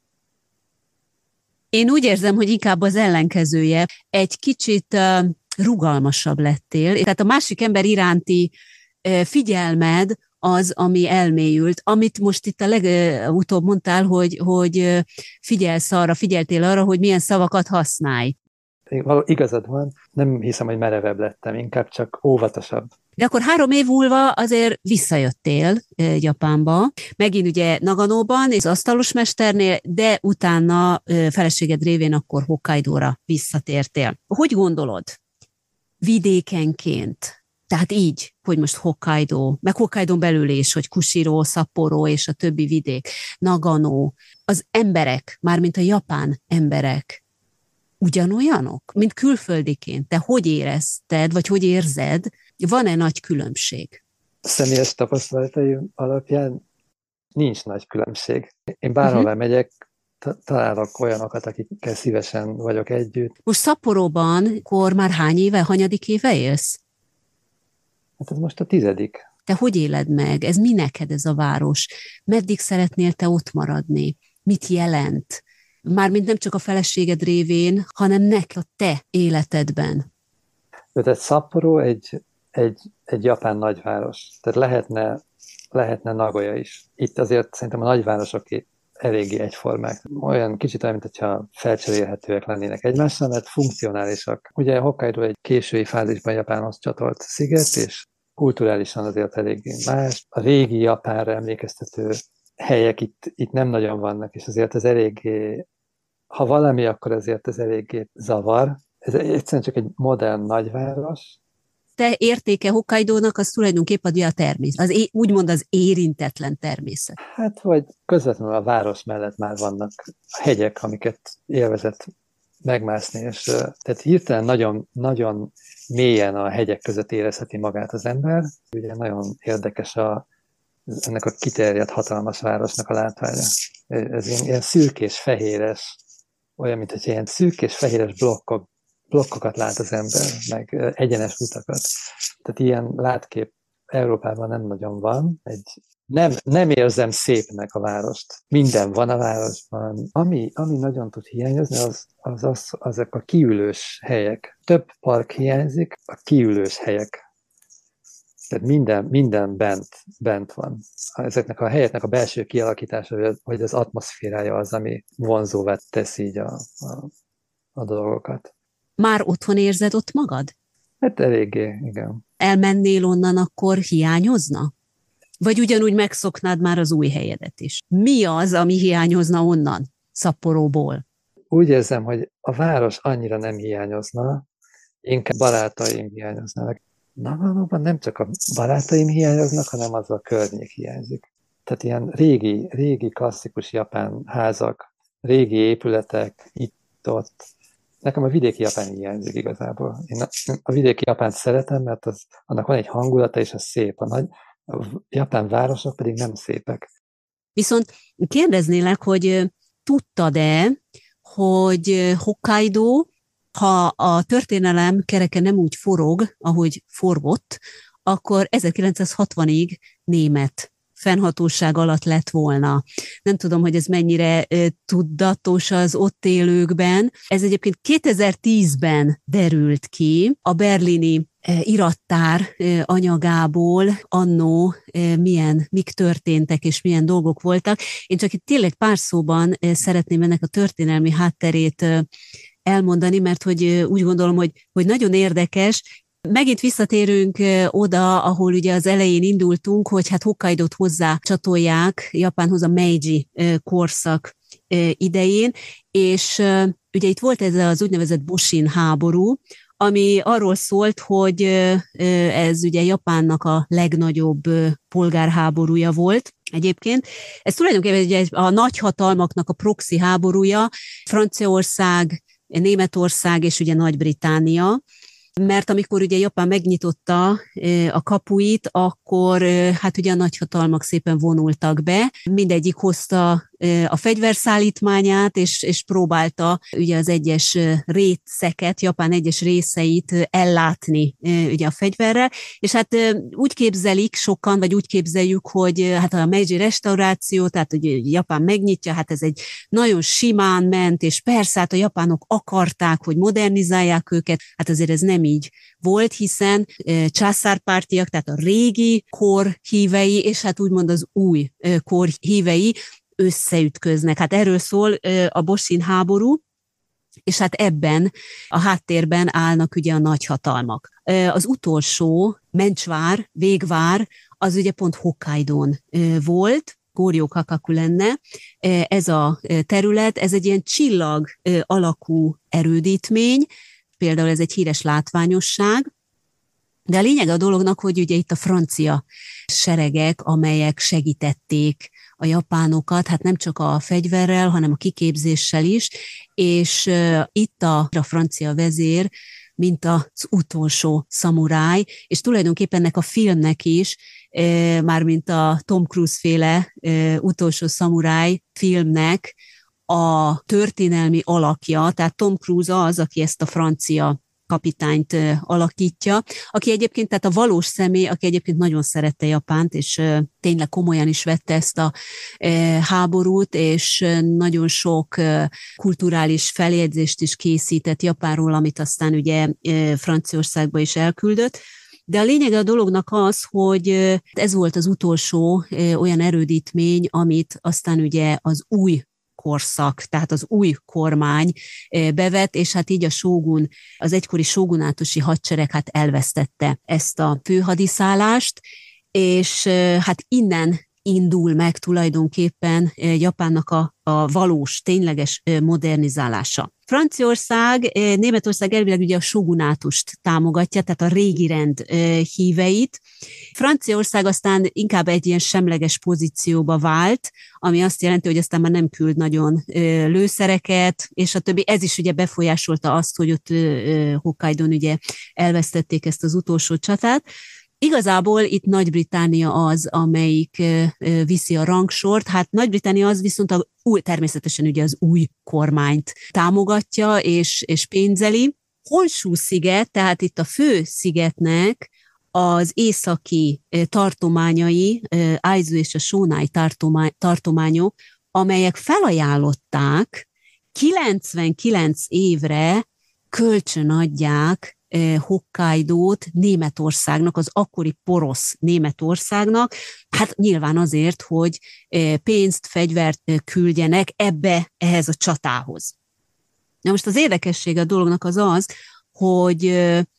Én úgy érzem, hogy inkább az ellenkezője. Egy kicsit rugalmasabb lettél. Tehát a másik ember iránti figyelmed az, ami elmélyült. Amit most itt a legutóbb mondtál, hogy figyeltél arra, hogy milyen szavakat használj.
Igazad van, nem hiszem, hogy merevebb lettem, inkább csak óvatosabb.
De akkor 3 év múlva azért visszajöttél Japánba, megint ugye Naganóban, és az asztalosmesternél, de utána feleséged révén akkor Hokkaidóra visszatértél. Hogy gondolod? Vidékenként, tehát így, hogy most Hokkaidó, meg Hokkaidón belül is, hogy Kushiro, Sapporo és a többi vidék, Nagano, az emberek, mármint a japán emberek, ugyanolyanok, mint külföldiként? Te hogy érezted, vagy hogy érzed? Van-e nagy különbség?
A személyes tapasztalataim alapján nincs nagy különbség. Én bárhová megyek, találok olyanokat, akikkel szívesen vagyok együtt.
Most Szapporóban kor már hány éve, hanyadik éve élsz?
Hát ez most a 10.
Te hogy éled meg? Ez mi neked ez a város? Meddig szeretnél te ott maradni? Mit jelent? Mármint nem csak a feleséged révén, hanem neked a te életedben.
Tehát Sapporo egy japán nagyváros. Tehát lehetne Nagoya is. Itt azért szerintem a nagyvárosok eléggé egyformák. Olyan kicsit olyan, mintha felcserélhetőek lennének egymással, mert funkcionálisak. Ugye Hokkaido egy késői fázisban Japánhoz csatolt sziget, és kulturálisan azért eléggé más. A régi Japánra emlékeztető helyek itt nem nagyon vannak, és azért ez eléggé, ha valami, akkor azért ez eléggé zavar. Ez egyszerűen csak egy modern nagyváros.
Te értéke Hokkaidónak az tulajdonképpen a természet, úgymond az érintetlen természet.
Hát, vagy közvetlenül a város mellett már vannak hegyek, amiket élvezett megmászni, és tehát hirtelen nagyon, nagyon mélyen a hegyek között érezheti magát az ember. Ugye nagyon érdekes ennek a kiterjedt hatalmas városnak a látványa. Ez ilyen szürkés-fehéres, olyan, mint hogy ilyen szürkés-fehéres blokkokat lát az ember, meg egyenes utakat. Tehát ilyen látkép Európában nem nagyon van. Nem érzem szépnek a várost. Minden van a városban. Ami nagyon tud hiányozni, azok a kiülős helyek. Több park hiányzik, a kiülős helyek. Tehát minden bent van. Ezeknek a helyeknek a belső kialakítása, vagy az atmoszférája az, ami vonzóvá teszi így a dolgokat.
Már otthon érzed ott magad?
Hát eléggé, igen.
Elmennél onnan, akkor hiányozna? Vagy ugyanúgy megszoknád már az új helyedet is? Mi az, ami hiányozna onnan, Szapporóból?
Úgy érzem, hogy a város annyira nem hiányozna, inkább barátaim hiányoznának. Na, valóban nem csak a barátaim hiányoznak, hanem az a környék hiányzik. Tehát ilyen régi klasszikus japán házak, régi épületek, itt-ott. Nekem a vidéki Japán hiányzik igazából. Én a vidéki Japánt szeretem, mert annak van egy hangulata, és az szép. A japán városok pedig nem szépek.
Viszont kérdeznélek, hogy tudtad-e, hogy Hokkaido, ha a történelem kereke nem úgy forog, ahogy forgott, akkor 1960-ig német fennhatóság alatt lett volna. Nem tudom, hogy ez mennyire tudatos az ott élőkben. Ez egyébként 2010-ben derült ki a berlini irattár anyagából annó mik történtek és milyen dolgok voltak. Én csak itt tényleg pár szóban szeretném ennek a történelmi hátterét elmondani, mert hogy úgy gondolom, hogy nagyon érdekes. Megint visszatérünk oda, ahol ugye az elején indultunk, hogy hát Hokkaidót hozzá csatolják Japánhoz a Meiji korszak idején, és ugye itt volt ez az úgynevezett Boshin háború, ami arról szólt, hogy ez ugye Japánnak a legnagyobb polgárháborúja volt egyébként. Ez tulajdonképpen ugye a nagyhatalmaknak a proxy háborúja, Franciaország, Németország és ugye Nagy-Britannia, mert amikor ugye Japán megnyitotta a kapuit, akkor hát ugye a nagyhatalmak szépen vonultak be, mindegyik hozta a fegyverszállítmányát, és próbálta ugye az egyes részeket, Japán egyes részeit ellátni ugye a fegyverrel, és hát úgy képzelik sokan, vagy úgy képzeljük, hogy hát a Meiji restauráció, tehát hogy Japán megnyitja, hát ez egy nagyon simán ment, és persze hát a japánok akarták, hogy modernizálják őket, hát azért ez nem így volt, hiszen császárpártiak, tehát a régi kor hívei, és hát úgymond az új kor hívei összeütköznek. Hát erről szól a Boshin háború, és hát ebben a háttérben állnak ugye a nagyhatalmak. Az utolsó mencsvár, végvár, az ugye pont Hokkaidón volt, Goryeo-Kakaku lenne ez a terület, ez egy ilyen csillag alakú erődítmény, például ez egy híres látványosság, de a lényeg a dolognak, hogy ugye itt a francia seregek, amelyek segítették a japánokat, hát nem csak a fegyverrel, hanem a kiképzéssel is, és itt a francia vezér, mint az utolsó szamuráj, és tulajdonképpen ennek a filmnek is, mármint a Tom Cruise féle utolsó szamuráj filmnek a történelmi alakja, tehát Tom Cruise az, aki ezt a francia kapitányt alakítja, aki egyébként, tehát a valós személy, aki egyébként nagyon szerette Japánt, és tényleg komolyan is vette ezt a háborút, és nagyon sok kulturális feljegyzést is készített Japánról, amit aztán ugye Franciaországba is elküldött. De a lényege a dolognak az, hogy ez volt az utolsó olyan erődítmény, amit aztán ugye az új korszak, tehát az új kormány bevet, és hát így a sógun, az egykori sógunátusi hadsereg hát elvesztette ezt a főhadiszállást, és hát innen indul meg tulajdonképpen Japánnak a valós, tényleges modernizálása. Franciaország, Németország elvileg ugye a sógunátust támogatja, tehát a régi rend híveit. Franciaország aztán inkább egy ilyen semleges pozícióba vált, ami azt jelenti, hogy aztán már nem küld nagyon lőszereket, és a többi. Ez is ugye befolyásolta azt, hogy ott Hokkaidón ugye elvesztették ezt az utolsó csatát. Igazából itt Nagy-Britannia az, amelyik viszi a rangsort. Hát Nagy-Britannia az viszont természetesen ugye az új kormányt támogatja és pénzeli. Honshu-sziget, tehát itt a fő szigetnek az északi tartományai, Aizu és a Shonai tartományok, amelyek felajánlották 99 évre kölcsönadják Hokkaidót Németországnak, az akkori porosz Németországnak, hát nyilván azért, hogy pénzt, fegyvert küldjenek ehhez a csatához. Na most az érdekessége a dolognak az az, hogy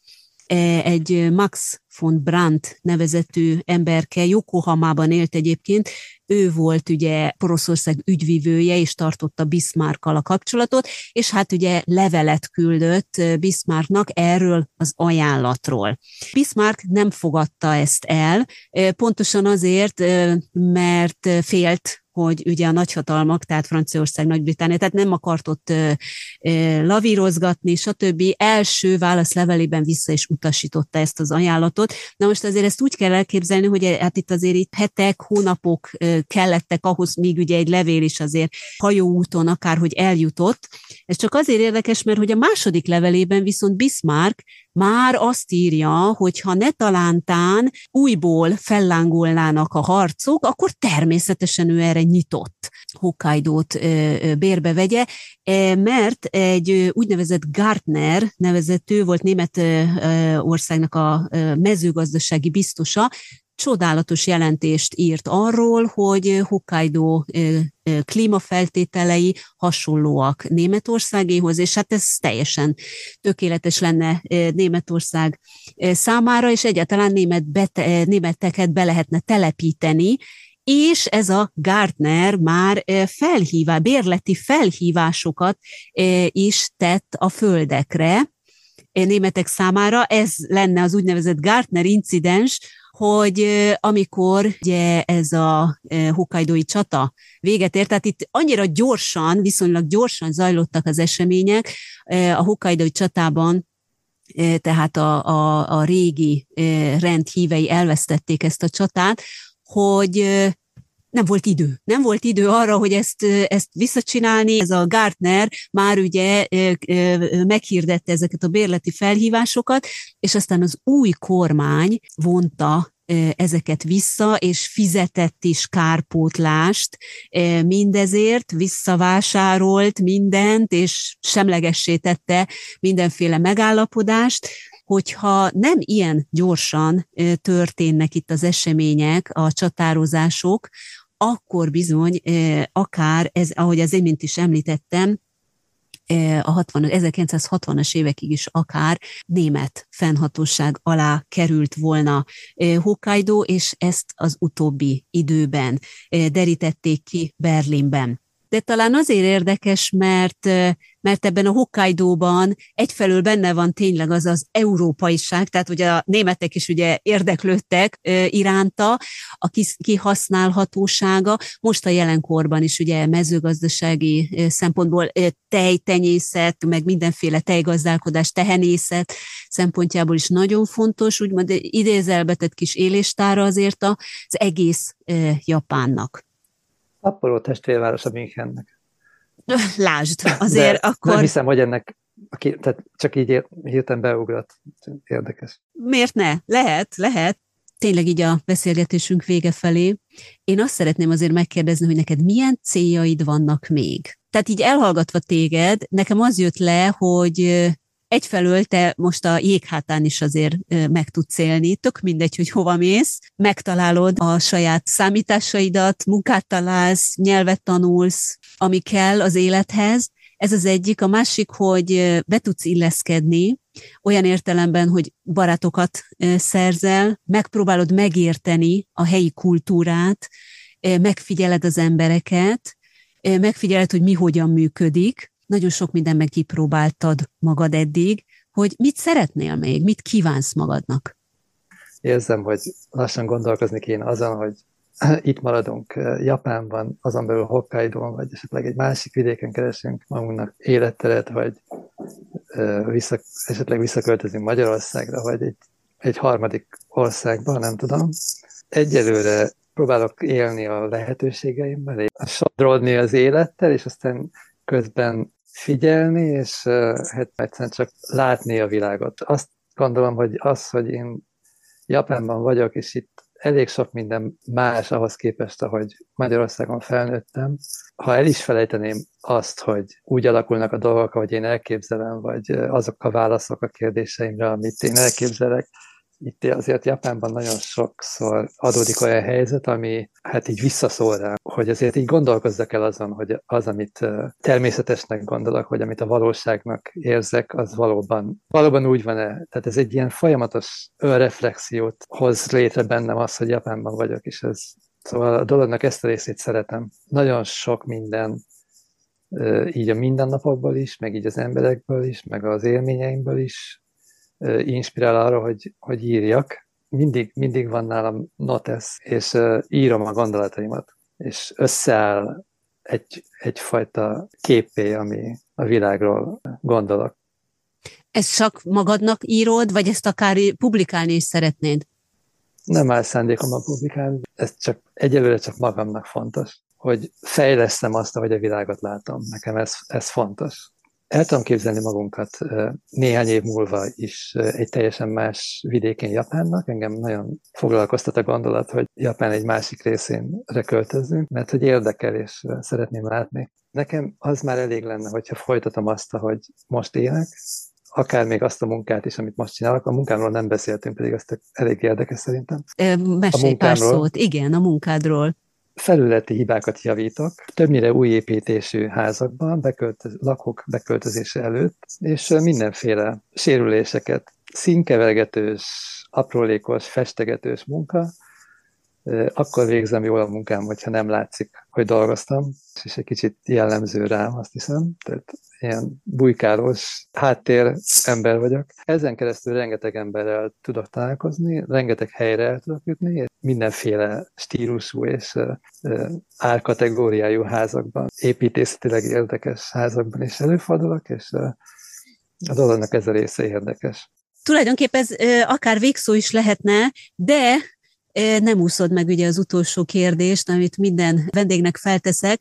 egy Max von Brandt nevezetű emberke Yokohamában élt egyébként, ő volt ugye Poroszország ügyvivője, és tartotta Bismarckkal a kapcsolatot, és hát ugye levelet küldött Bismarcknak erről az ajánlatról. Bismarck nem fogadta ezt el, pontosan azért, mert félt, hogy ugye a nagyhatalmak, tehát Franciaország, Nagy-Britannia, tehát nem akart ott lavírozgatni, stb. Első válaszlevelében vissza is utasította ezt az ajánlatot. Na most azért ezt úgy kell elképzelni, hogy hát itt hetek, hónapok kellettek ahhoz, míg ugye egy levél is azért hajóúton akárhogy eljutott. Ez csak azért érdekes, mert hogy a második levelében viszont Bismarck már azt írja, hogy ha ne talántán újból fellángolnának a harcok, akkor természetesen ő erre nyitott Hokkaidót bérbe vegye, mert egy úgynevezett Gartner nevezető volt Németországnak a mezőgazdasági biztosa, csodálatos jelentést írt arról, hogy Hokkaidó klímafeltételei hasonlóak Németországéhoz, és hát ez teljesen tökéletes lenne Németország számára, és egyáltalán németeket be lehetne telepíteni, és ez a Gartner már bérleti felhívásokat is tett a földekre németek számára. Ez lenne az úgynevezett Gartner incidens, hogy amikor ugye ez a hokkaidói csata véget ért, tehát itt annyira gyorsan, viszonylag gyorsan zajlottak az események a hokkaidói csatában, tehát a régi rendhívei elvesztették ezt a csatát, hogy nem volt idő arra, hogy ezt visszacsinálni. Ez a Gartner már ugye meghirdette ezeket a bérleti felhívásokat, és aztán az új kormány vonta ezeket vissza, és fizetett is kárpótlást mindezért, visszavásárolt mindent, és semlegessé tette mindenféle megállapodást. Hogyha nem ilyen gyorsan történnek itt az események, a csatározások, akkor bizony akár, ahogy az imént is említettem, a 1960-as évekig is akár német fennhatóság alá került volna Hokkaidó, és ezt az utóbbi időben derítették ki Berlinben. De talán azért érdekes, mert ebben a Hokkaidóban egyfelől benne van tényleg az európaiság, tehát ugye a németek is ugye érdeklődtek iránta, a kihasználhatósága, most a jelenkorban is ugye mezőgazdasági szempontból tejtenyészet, meg mindenféle tejgazdálkodás, tehenészet szempontjából is nagyon fontos, úgymond idézelbetett kis éléstára azért az egész Japánnak.
Apollo testvérváros a Münchennek.
Lásd, azért
de
akkor...
nem hiszem, hogy ennek, tehát csak így hirtelen beugrott. Érdekes.
Miért ne? Lehet. Tényleg így a beszélgetésünk vége felé. Én azt szeretném azért megkérdezni, hogy neked milyen céljaid vannak még? Tehát így elhallgatva téged, nekem az jött le, hogy egyfelől te most a jéghátán is azért meg tudsz élni, tök mindegy, hogy hova mész, megtalálod a saját számításaidat, munkát találsz, nyelvet tanulsz, ami kell az élethez. Ez az egyik. A másik, hogy be tudsz illeszkedni, olyan értelemben, hogy barátokat szerzel, megpróbálod megérteni a helyi kultúrát, megfigyeled az embereket, megfigyeled, hogy mi hogyan működik. Nagyon sok mindenben kipróbáltad magad eddig, hogy mit szeretnél még, mit kívánsz magadnak?
Érzem, hogy lassan gondolkozni kéne azon, hogy itt maradunk Japánban, azon belül Hokkaidón, vagy esetleg egy másik vidéken keresünk magunknak életteret, vagy esetleg visszaköltözünk Magyarországra, vagy egy harmadik országba, nem tudom. Egyelőre próbálok élni a lehetőségeimmel, sodródni az élettel, és aztán közben figyelni, és hát egyszerűen csak látni a világot. Azt gondolom, hogy hogy én Japánban vagyok, és itt elég sok minden más ahhoz képest, ahogy Magyarországon felnőttem. Ha el is felejteném azt, hogy úgy alakulnak a dolgok, ahogy én elképzelem, vagy azok a válaszok a kérdéseimre, amit én elképzelek, itt azért Japánban nagyon sokszor adódik olyan helyzet, ami hát így visszaszól rám, hogy azért így gondolkozzak el azon, hogy az, amit természetesnek gondolok, vagy amit a valóságnak érzek, az valóban úgy van-e. Tehát ez egy ilyen folyamatos önreflexiót hoz létre bennem az, hogy Japánban vagyok, és szóval a dolognak ezt a részét szeretem. Nagyon sok minden így a mindennapokból is, meg így az emberekből is, meg az élményeimből is inspirál arra, hogy írjak. Mindig van nálam notes, és írom a gondolataimat, és összeáll egyfajta képé, ami a világról gondolok.
Ezt csak magadnak írod, vagy ezt akár publikálni is szeretnéd?
Nem áll szándékomban publikálni, ez egyelőre csak magamnak fontos, hogy fejlesztem azt, ahogy a világot látom. Nekem ez fontos. El tudom képzelni magunkat néhány év múlva is egy teljesen más vidékén Japánnak. Engem nagyon foglalkoztat a gondolat, hogy Japán egy másik részénre költözzünk, mert hogy érdekel, és szeretném látni. Nekem az már elég lenne, hogyha folytatom azt, ahogy most élek, akár még azt a munkát is, amit most csinálok. A munkámról nem beszéltünk, pedig azt elég érdekes szerintem.
Mesélj pár szót, igen, a munkádról.
Felületi hibákat javítok, többnyire új építésű házakban, lakók beköltözése előtt, és mindenféle sérüléseket, színkevergetős, aprólékos, festegetős munka, akkor végzem jól a munkám, hogyha nem látszik, hogy dolgoztam, és egy kicsit jellemző rám, azt hiszem, tehát ilyen bujkálós háttér ember vagyok. Ezen keresztül rengeteg emberrel tudok találkozni, rengeteg helyre el tudok jutni, és mindenféle stílusú és árkategóriájú házakban, építészetileg érdekes házakban is előfordulok, és a dolognak ez a része érdekes.
Tulajdonképpen ez akár végszó is lehetne, de nem úszod meg ugye az utolsó kérdést, amit minden vendégnek felteszek,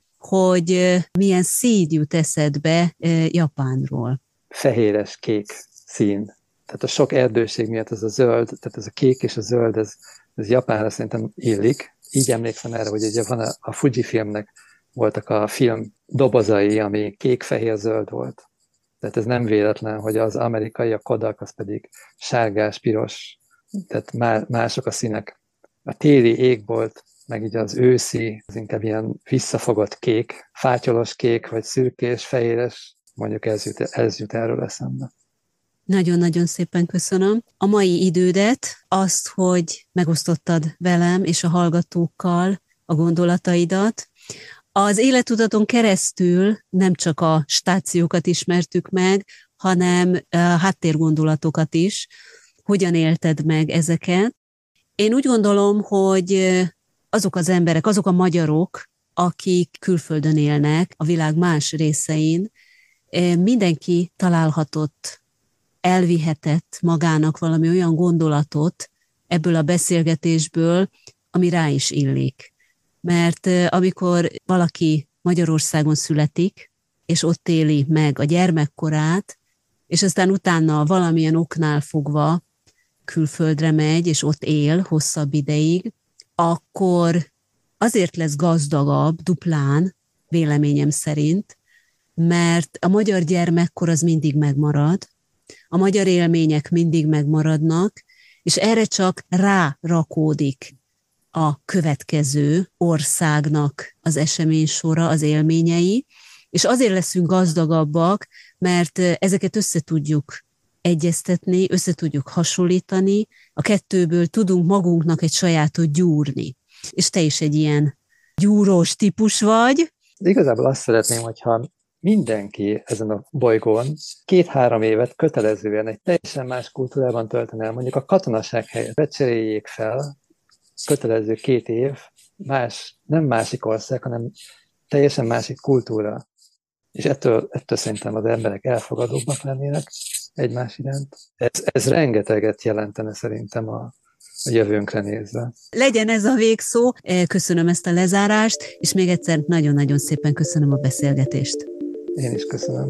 hogy milyen szín jut eszedbe Japánról?
Fehéres, kék szín. Tehát a sok erdőség miatt ez a zöld, tehát ez a kék és a zöld, ez Japánra szerintem illik. Így emlékszem erre, hogy ugye van a Fuji-filmnek voltak a film dobozai, ami kék-fehér-zöld volt. Tehát ez nem véletlen, hogy az amerikai, a Kodak, az pedig sárgás, piros, tehát mások a színek. A téli égbolt, meg így az őszi, az inkább ilyen visszafogott kék, fátyolos kék, vagy szürkés, fehéres, mondjuk ez jut erről eszembe.
Nagyon-nagyon szépen köszönöm a mai idődet, azt, hogy megosztottad velem és a hallgatókkal a gondolataidat. Az életutaton keresztül nem csak a stációkat ismertük meg, hanem háttérgondolatokat is, hogyan élted meg ezeket. Én úgy gondolom, hogy azok az emberek, azok a magyarok, akik külföldön élnek a világ más részein, mindenki találhatott, elvihetett magának valami olyan gondolatot ebből a beszélgetésből, ami rá is illik. Mert amikor valaki Magyarországon születik, és ott éli meg a gyermekkorát, és aztán utána valamilyen oknál fogva külföldre megy, és ott él hosszabb ideig, akkor azért lesz gazdagabb duplán, véleményem szerint, mert a magyar gyermekkor az mindig megmarad, a magyar élmények mindig megmaradnak, és erre csak rárakódik a következő országnak az eseménysora, az élményei, és azért leszünk gazdagabbak, mert ezeket össze tudjuk egyeztetni, össze tudjuk hasonlítani, a kettőből tudunk magunknak egy sajátot gyúrni. És te is egy ilyen gyúrós típus vagy.
De igazából azt szeretném, hogyha mindenki ezen a bolygón 2-3 évet kötelezően egy teljesen más kultúrában töltene el, mondjuk a katonaság helyett becseréljék fel, kötelező 2 év, nem másik ország, hanem teljesen másik kultúra. És ettől szerintem az emberek elfogadóbbak lennének egymás iránt. Ez rengeteget jelentene szerintem a jövőnkre nézve.
Legyen ez a végszó. Köszönöm ezt a lezárást, és még egyszer nagyon-nagyon szépen köszönöm a beszélgetést.
Én is köszönöm.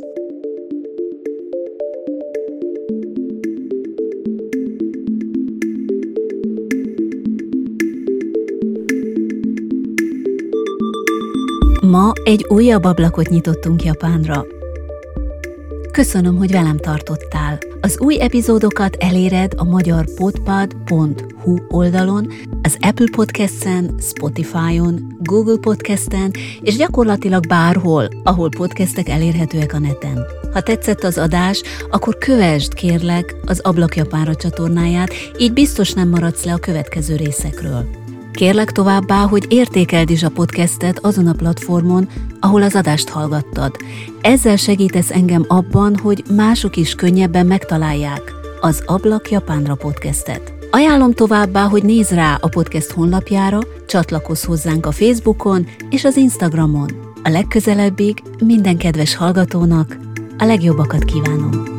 Ma egy újabb ablakot nyitottunk Japánra. Köszönöm, hogy velem tartottál. Az új epizódokat eléred a magyarpodpad.hu oldalon, az Apple Podcast-en, Spotify-on, Google Podcast-en, és gyakorlatilag bárhol, ahol podcastek elérhetőek a neten. Ha tetszett az adás, akkor kövesd kérlek az Ablak Japánra csatornáját, így biztos nem maradsz le a következő részekről. Kérlek továbbá, hogy értékeld is a podcastet azon a platformon, ahol az adást hallgattad. Ezzel segítesz engem abban, hogy mások is könnyebben megtalálják az Ablak Japánra podcastet. Ajánlom továbbá, hogy nézz rá a podcast honlapjára, csatlakozz hozzánk a Facebookon és az Instagramon. A legközelebbig minden kedves hallgatónak a legjobbakat kívánom.